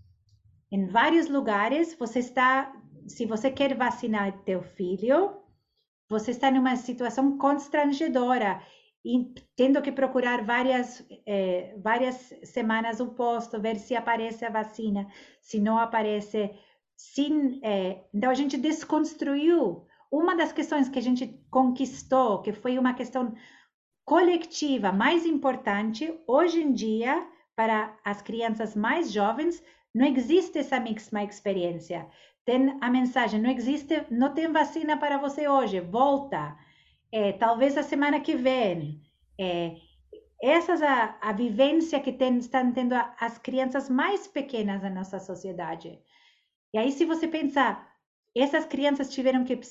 em vários lugares, você está, se você quer vacinar teu filho, você está numa situação constrangedora, e tendo que procurar várias, eh, várias semanas o posto, ver se aparece a vacina, se não aparece. Sim, eh, então a gente desconstruiu uma das questões que a gente conquistou, que foi uma questão coletiva mais importante. Hoje em dia, para as crianças mais jovens, não existe essa mesma experiência. Tem a mensagem, não existe, não tem vacina para você hoje, volta, é, talvez a semana que vem. É, essa é a, a vivência que tem, estão tendo as crianças mais pequenas da nossa sociedade. E aí, se você pensar, essas crianças tiveram que,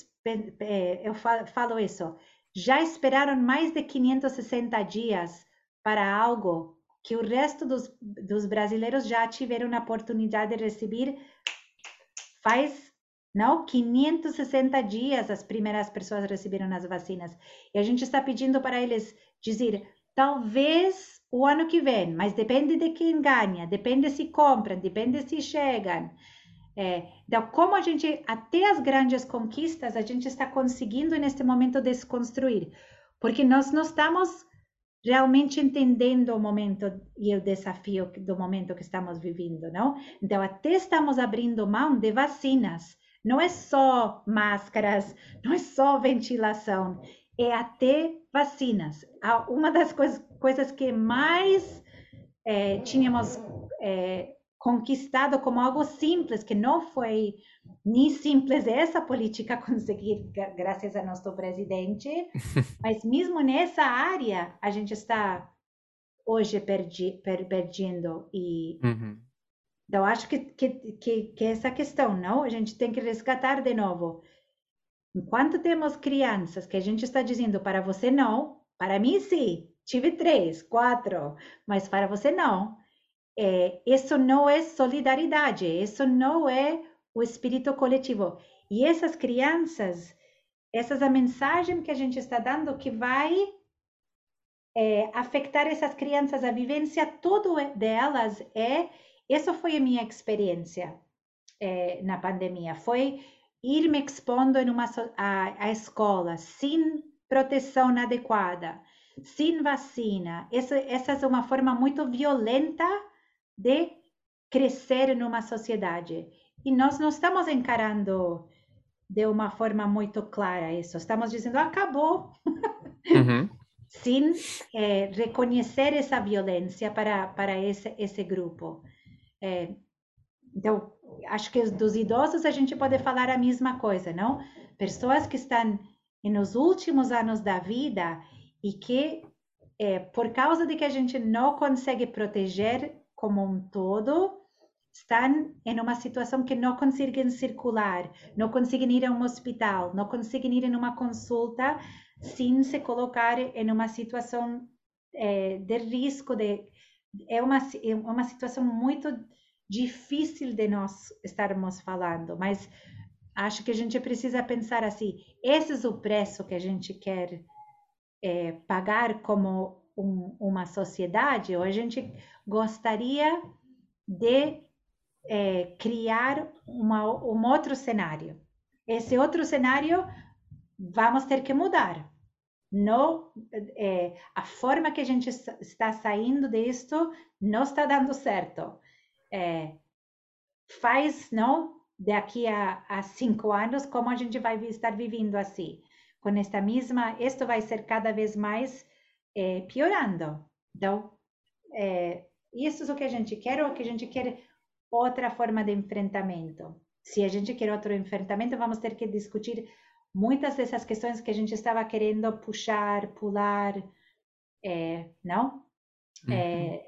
eu falo isso, já esperaram mais de quinhentos e sessenta dias para algo que o resto dos, dos brasileiros já tiveram a oportunidade de receber faz, não, quinhentos e sessenta dias as primeiras pessoas receberam as vacinas. E a gente está pedindo para eles dizer, talvez o ano que vem, mas depende de quem ganha, depende se compram, depende se chegam. É, então, como a gente, até as grandes conquistas, a gente está conseguindo neste momento desconstruir, porque nós não estamos realmente entendendo o momento e o desafio do momento que estamos vivendo, não? Então, até estamos abrindo mão de vacinas, não é só máscaras, não é só ventilação, é até vacinas. Uma das coisas, coisas que mais é, tínhamos é, conquistado como algo simples, que não foi nem simples essa política conseguir, graças a nosso presidente, mas mesmo nessa área a gente está hoje perdi, per, perdendo. E uhum. Então acho que, que, que, que essa questão, não? A gente tem que resgatar de novo. Enquanto temos crianças que a gente está dizendo para você não, para mim sim, tive três, quatro, mas para você não. É, isso não é solidariedade, isso não é o espírito coletivo. E essas crianças, essa é a mensagem que a gente está dando que vai é, afetar essas crianças, a vivência toda delas. É, essa foi a minha experiência é, na pandemia, foi ir me expondo em uma a, a escola sem proteção adequada, sem vacina. Essa, essa é uma forma muito violenta de crescer numa sociedade. E nós não estamos encarando de uma forma muito clara isso. Estamos dizendo, acabou. Uhum. Sem é, reconhecer essa violência para, para esse, esse grupo. É, então, acho que dos idosos a gente pode falar a mesma coisa, não? Pessoas que estão nos últimos anos da vida e que, é, por causa de que a gente não consegue proteger como um todo, estão em uma situação que não conseguem circular, não conseguem ir a um hospital, não conseguem ir em uma consulta, sem se colocar em uma situação é, de risco. De, é, uma, é uma situação muito difícil de nós estarmos falando, mas acho que a gente precisa pensar assim, esse é o preço que a gente quer é, pagar como um, uma sociedade, ou a gente gostaria de é, criar uma, um outro cenário. Esse outro cenário vamos ter que mudar. Não, é, a forma que a gente está saindo disto não está dando certo. É, faz, não, daqui a, a cinco anos, como a gente vai estar vivendo assim? Com esta mesma, isto vai ser cada vez mais é, piorando. Então, é, isso é o que a gente quer, ou que a gente quer outra forma de enfrentamento. Se a gente quer outro enfrentamento, vamos ter que discutir muitas dessas questões que a gente estava querendo puxar, pular, é, não? Uhum. É,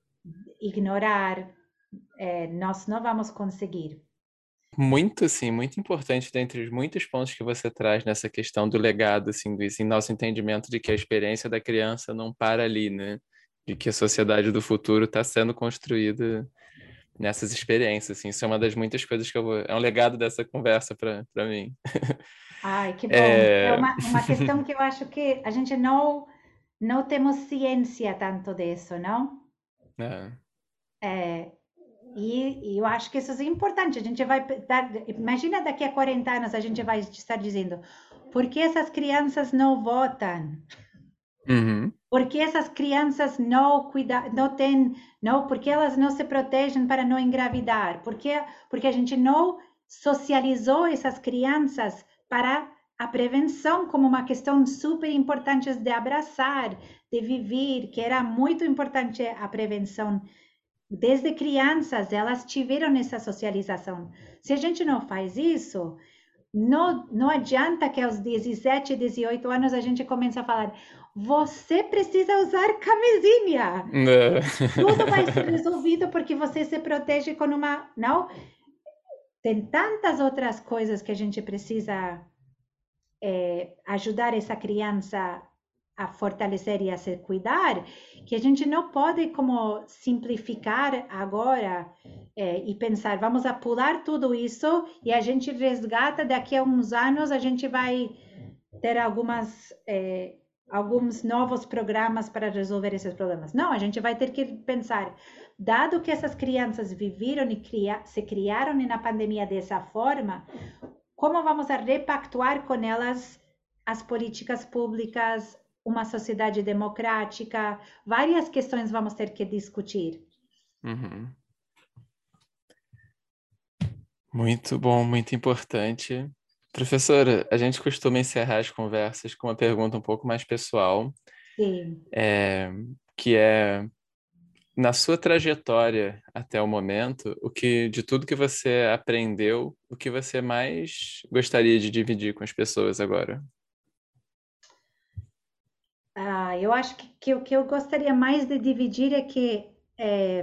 ignorar, é, nós não vamos conseguir. Muito, assim, muito importante dentre os muitos pontos que você traz nessa questão do legado, assim, do assim, nosso entendimento de que a experiência da criança não para ali, né? De que a sociedade do futuro está sendo construída nessas experiências, assim. Isso é uma das muitas coisas que eu vou... É um legado dessa conversa para para mim. Ai, que bom. É É... uma, uma questão que eu acho que a gente não, não temos ciência tanto disso, não? é. É, e, e eu acho que isso é importante. A gente vai dar, imagina daqui a quarenta anos a gente vai estar dizendo, por que essas crianças não votam? Uhum. Por que essas crianças não cuidam, não têm, não, porque elas não se protegem para não engravidar? Porque porque a gente não socializou essas crianças para a prevenção como uma questão super importante de abraçar, de viver, que era muito importante a prevenção. Desde crianças, elas tiveram essa socialização. Se a gente não faz isso, não, não adianta que aos dezessete, dezoito anos a gente comece a falar: você precisa usar camisinha. É. Tudo vai ser resolvido porque você se protege com uma. Não? Tem tantas outras coisas que a gente precisa é, ajudar essa criança a fortalecer e a se cuidar, que a gente não pode como simplificar agora é, e pensar, vamos a pular tudo isso e a gente resgata daqui a uns anos, a gente vai ter algumas é, alguns novos programas para resolver esses problemas. Não, a gente vai ter que pensar, dado que essas crianças viveram e cria, se criaram na pandemia dessa forma, como vamos a repactuar com elas as políticas públicas, uma sociedade democrática, várias questões vamos ter que discutir. Uhum. Muito bom, muito importante. Professora, a gente costuma encerrar as conversas com uma pergunta um pouco mais pessoal, Sim. é, que é, na sua trajetória até o momento, o que, de tudo que você aprendeu, o que você mais gostaria de dividir com as pessoas agora? Ah, eu acho que, que o que eu gostaria mais de dividir é que é,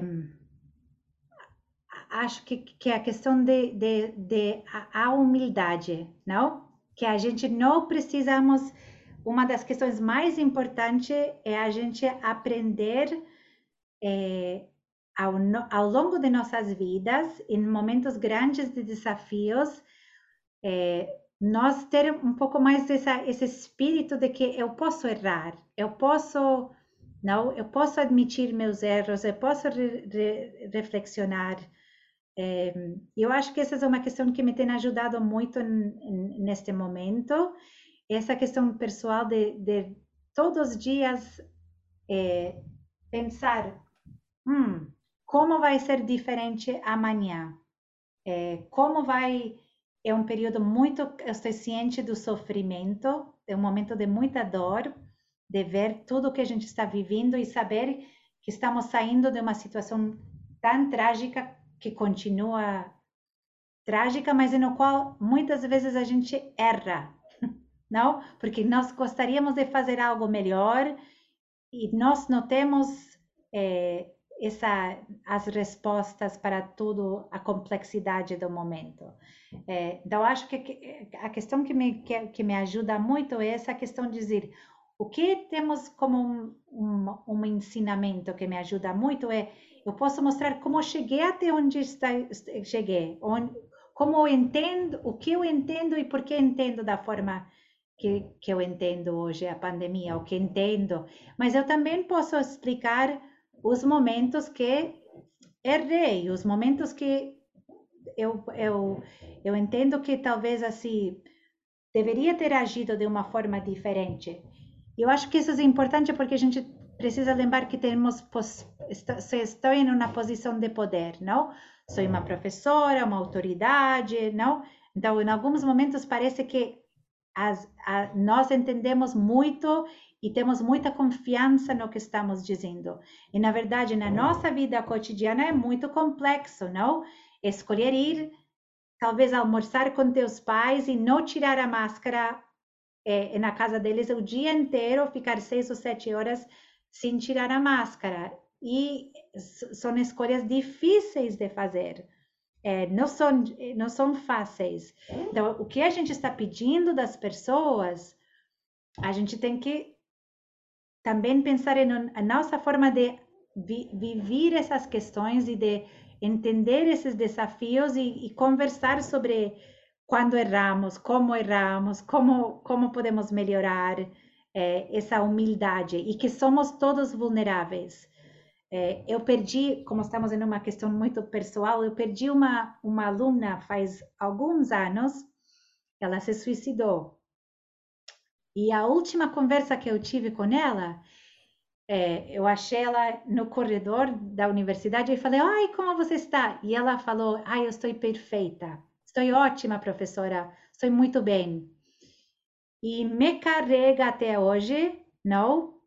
acho que, que a questão de, de, de a, a humildade, não? Que a gente não precisamos. Uma das questões mais importantes é a gente aprender é, ao, ao longo de nossas vidas, em momentos grandes de desafios, é, nós ter um pouco mais dessa, esse espírito de que eu posso errar, eu posso, não, eu posso admitir meus erros, eu posso re, re, reflexionar. É, eu acho que essa é uma questão que me tem ajudado muito neste momento, essa questão pessoal de, de todos os dias é, pensar, hum, como vai ser diferente amanhã? É, como vai. É um período muito. Eu estou ciente do sofrimento, é um momento de muita dor, de ver tudo que a gente está vivendo e saber que estamos saindo de uma situação tão trágica que continua trágica, mas no qual muitas vezes a gente erra, não? Porque nós gostaríamos de fazer algo melhor e nós não temos é, essa, as respostas para tudo, a complexidade do momento. É, então, acho que a questão que me, que, que me ajuda muito é essa questão de dizer, o que temos como um, um, um ensinamento que me ajuda muito é, eu posso mostrar como cheguei até onde está, cheguei, onde, como eu entendo, o que eu entendo e por que entendo da forma que, que eu entendo hoje a pandemia, o que entendo, mas eu também posso explicar os momentos que errei, os momentos que eu, eu, eu entendo que talvez assim deveria ter agido de uma forma diferente. Eu acho que isso é importante porque a gente precisa lembrar que temos estou em uma posição de poder, não? Sou uma professora, uma autoridade, não? Então, em alguns momentos parece que as, a, nós entendemos muito e temos muita confiança no que estamos dizendo. E, na verdade, na nossa vida cotidiana é muito complexo, não? Escolher ir, talvez, almoçar com teus pais e não tirar a máscara é, na casa deles o dia inteiro, ficar seis ou sete horas sem tirar a máscara. E são escolhas difíceis de fazer. É, não são, não são fáceis. Então, o que a gente está pedindo das pessoas, a gente tem que também pensar em a nossa forma de vi, viver essas questões e de entender esses desafios e, e conversar sobre quando erramos, como erramos, como, como podemos melhorar é, essa humildade e que somos todos vulneráveis. É, eu perdi, como estamos em uma questão muito pessoal, eu perdi uma, uma aluna faz alguns anos, ela se suicidou. E a última conversa que eu tive com ela, é, eu achei ela no corredor da universidade e falei, ai, como você está? E ela falou, ai, eu estou perfeita, estou ótima, professora, estou muito bem. E me carrega até hoje, não,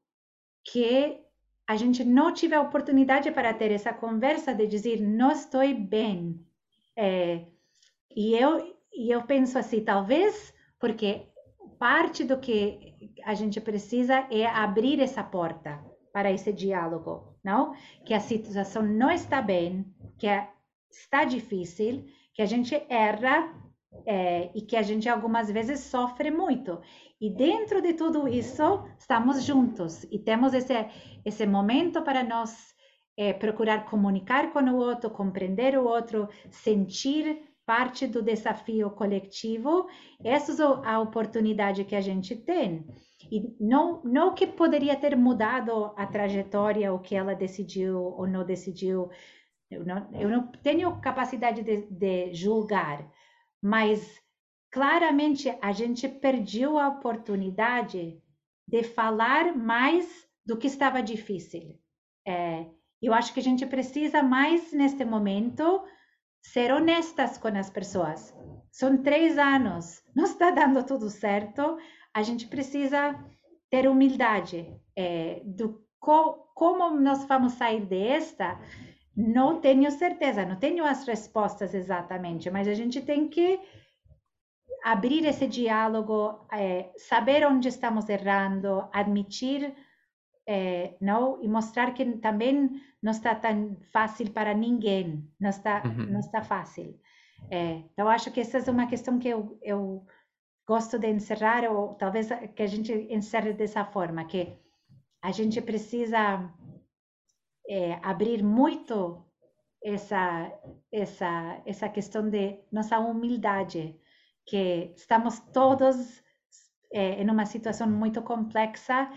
que a gente não tive a oportunidade para ter essa conversa de dizer, não estou bem. É, e, eu, e eu penso assim, talvez porque parte do que a gente precisa é abrir essa porta para esse diálogo, não? Que a situação não está bem, que é, está difícil, que a gente erra é, e que a gente algumas vezes sofre muito. E dentro de tudo isso, estamos juntos e temos esse, esse momento para nós é, procurar comunicar com o outro, compreender o outro, sentir parte do desafio coletivo. Essa é a oportunidade que a gente tem. E não, não que poderia ter mudado a trajetória, o que ela decidiu ou não decidiu. Eu não, eu não tenho capacidade de, de julgar, mas claramente a gente perdeu a oportunidade de falar mais do que estava difícil. É, eu acho que a gente precisa mais neste momento ser honestas com as pessoas. São três anos, não está dando tudo certo. A gente precisa ter humildade é, do co, como nós vamos sair desta. Não tenho certeza, não tenho as respostas exatamente, mas a gente tem que abrir esse diálogo, é, saber onde estamos errando, admitir, é, não, e mostrar que também não está tão fácil para ninguém, não está, Uhum. não está fácil. É, então, acho que essa é uma questão que eu, eu gosto de encerrar, ou talvez que a gente encerre dessa forma, que a gente precisa é, abrir muito essa, essa, essa questão de nossa humildade, que estamos todos é, em uma situação muito complexa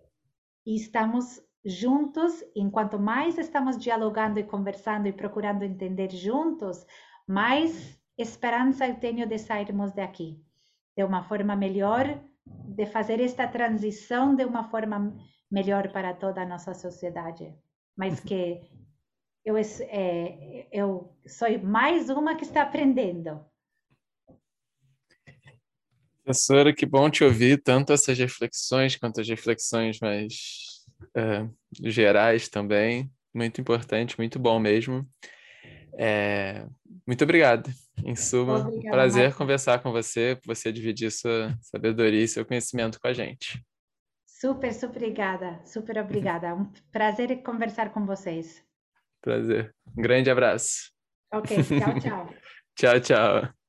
e estamos juntos, enquanto mais estamos dialogando e conversando e procurando entender juntos, mais esperança eu tenho de sairmos daqui de uma forma melhor, de fazer esta transição de uma forma melhor para toda a nossa sociedade. Mas que eu, é, eu sou mais uma que está aprendendo. Professora, que bom te ouvir, tanto essas reflexões quanto as reflexões mais é, gerais também. Muito importante, muito bom mesmo. É, muito obrigado. Em suma, um Obrigada, prazer Marta. conversar com você, você dividir sua sabedoria e seu conhecimento com a gente. Super, super obrigada, super obrigada. Um prazer conversar com vocês. Prazer. Um grande abraço. Ok, tchau, tchau. Tchau, tchau.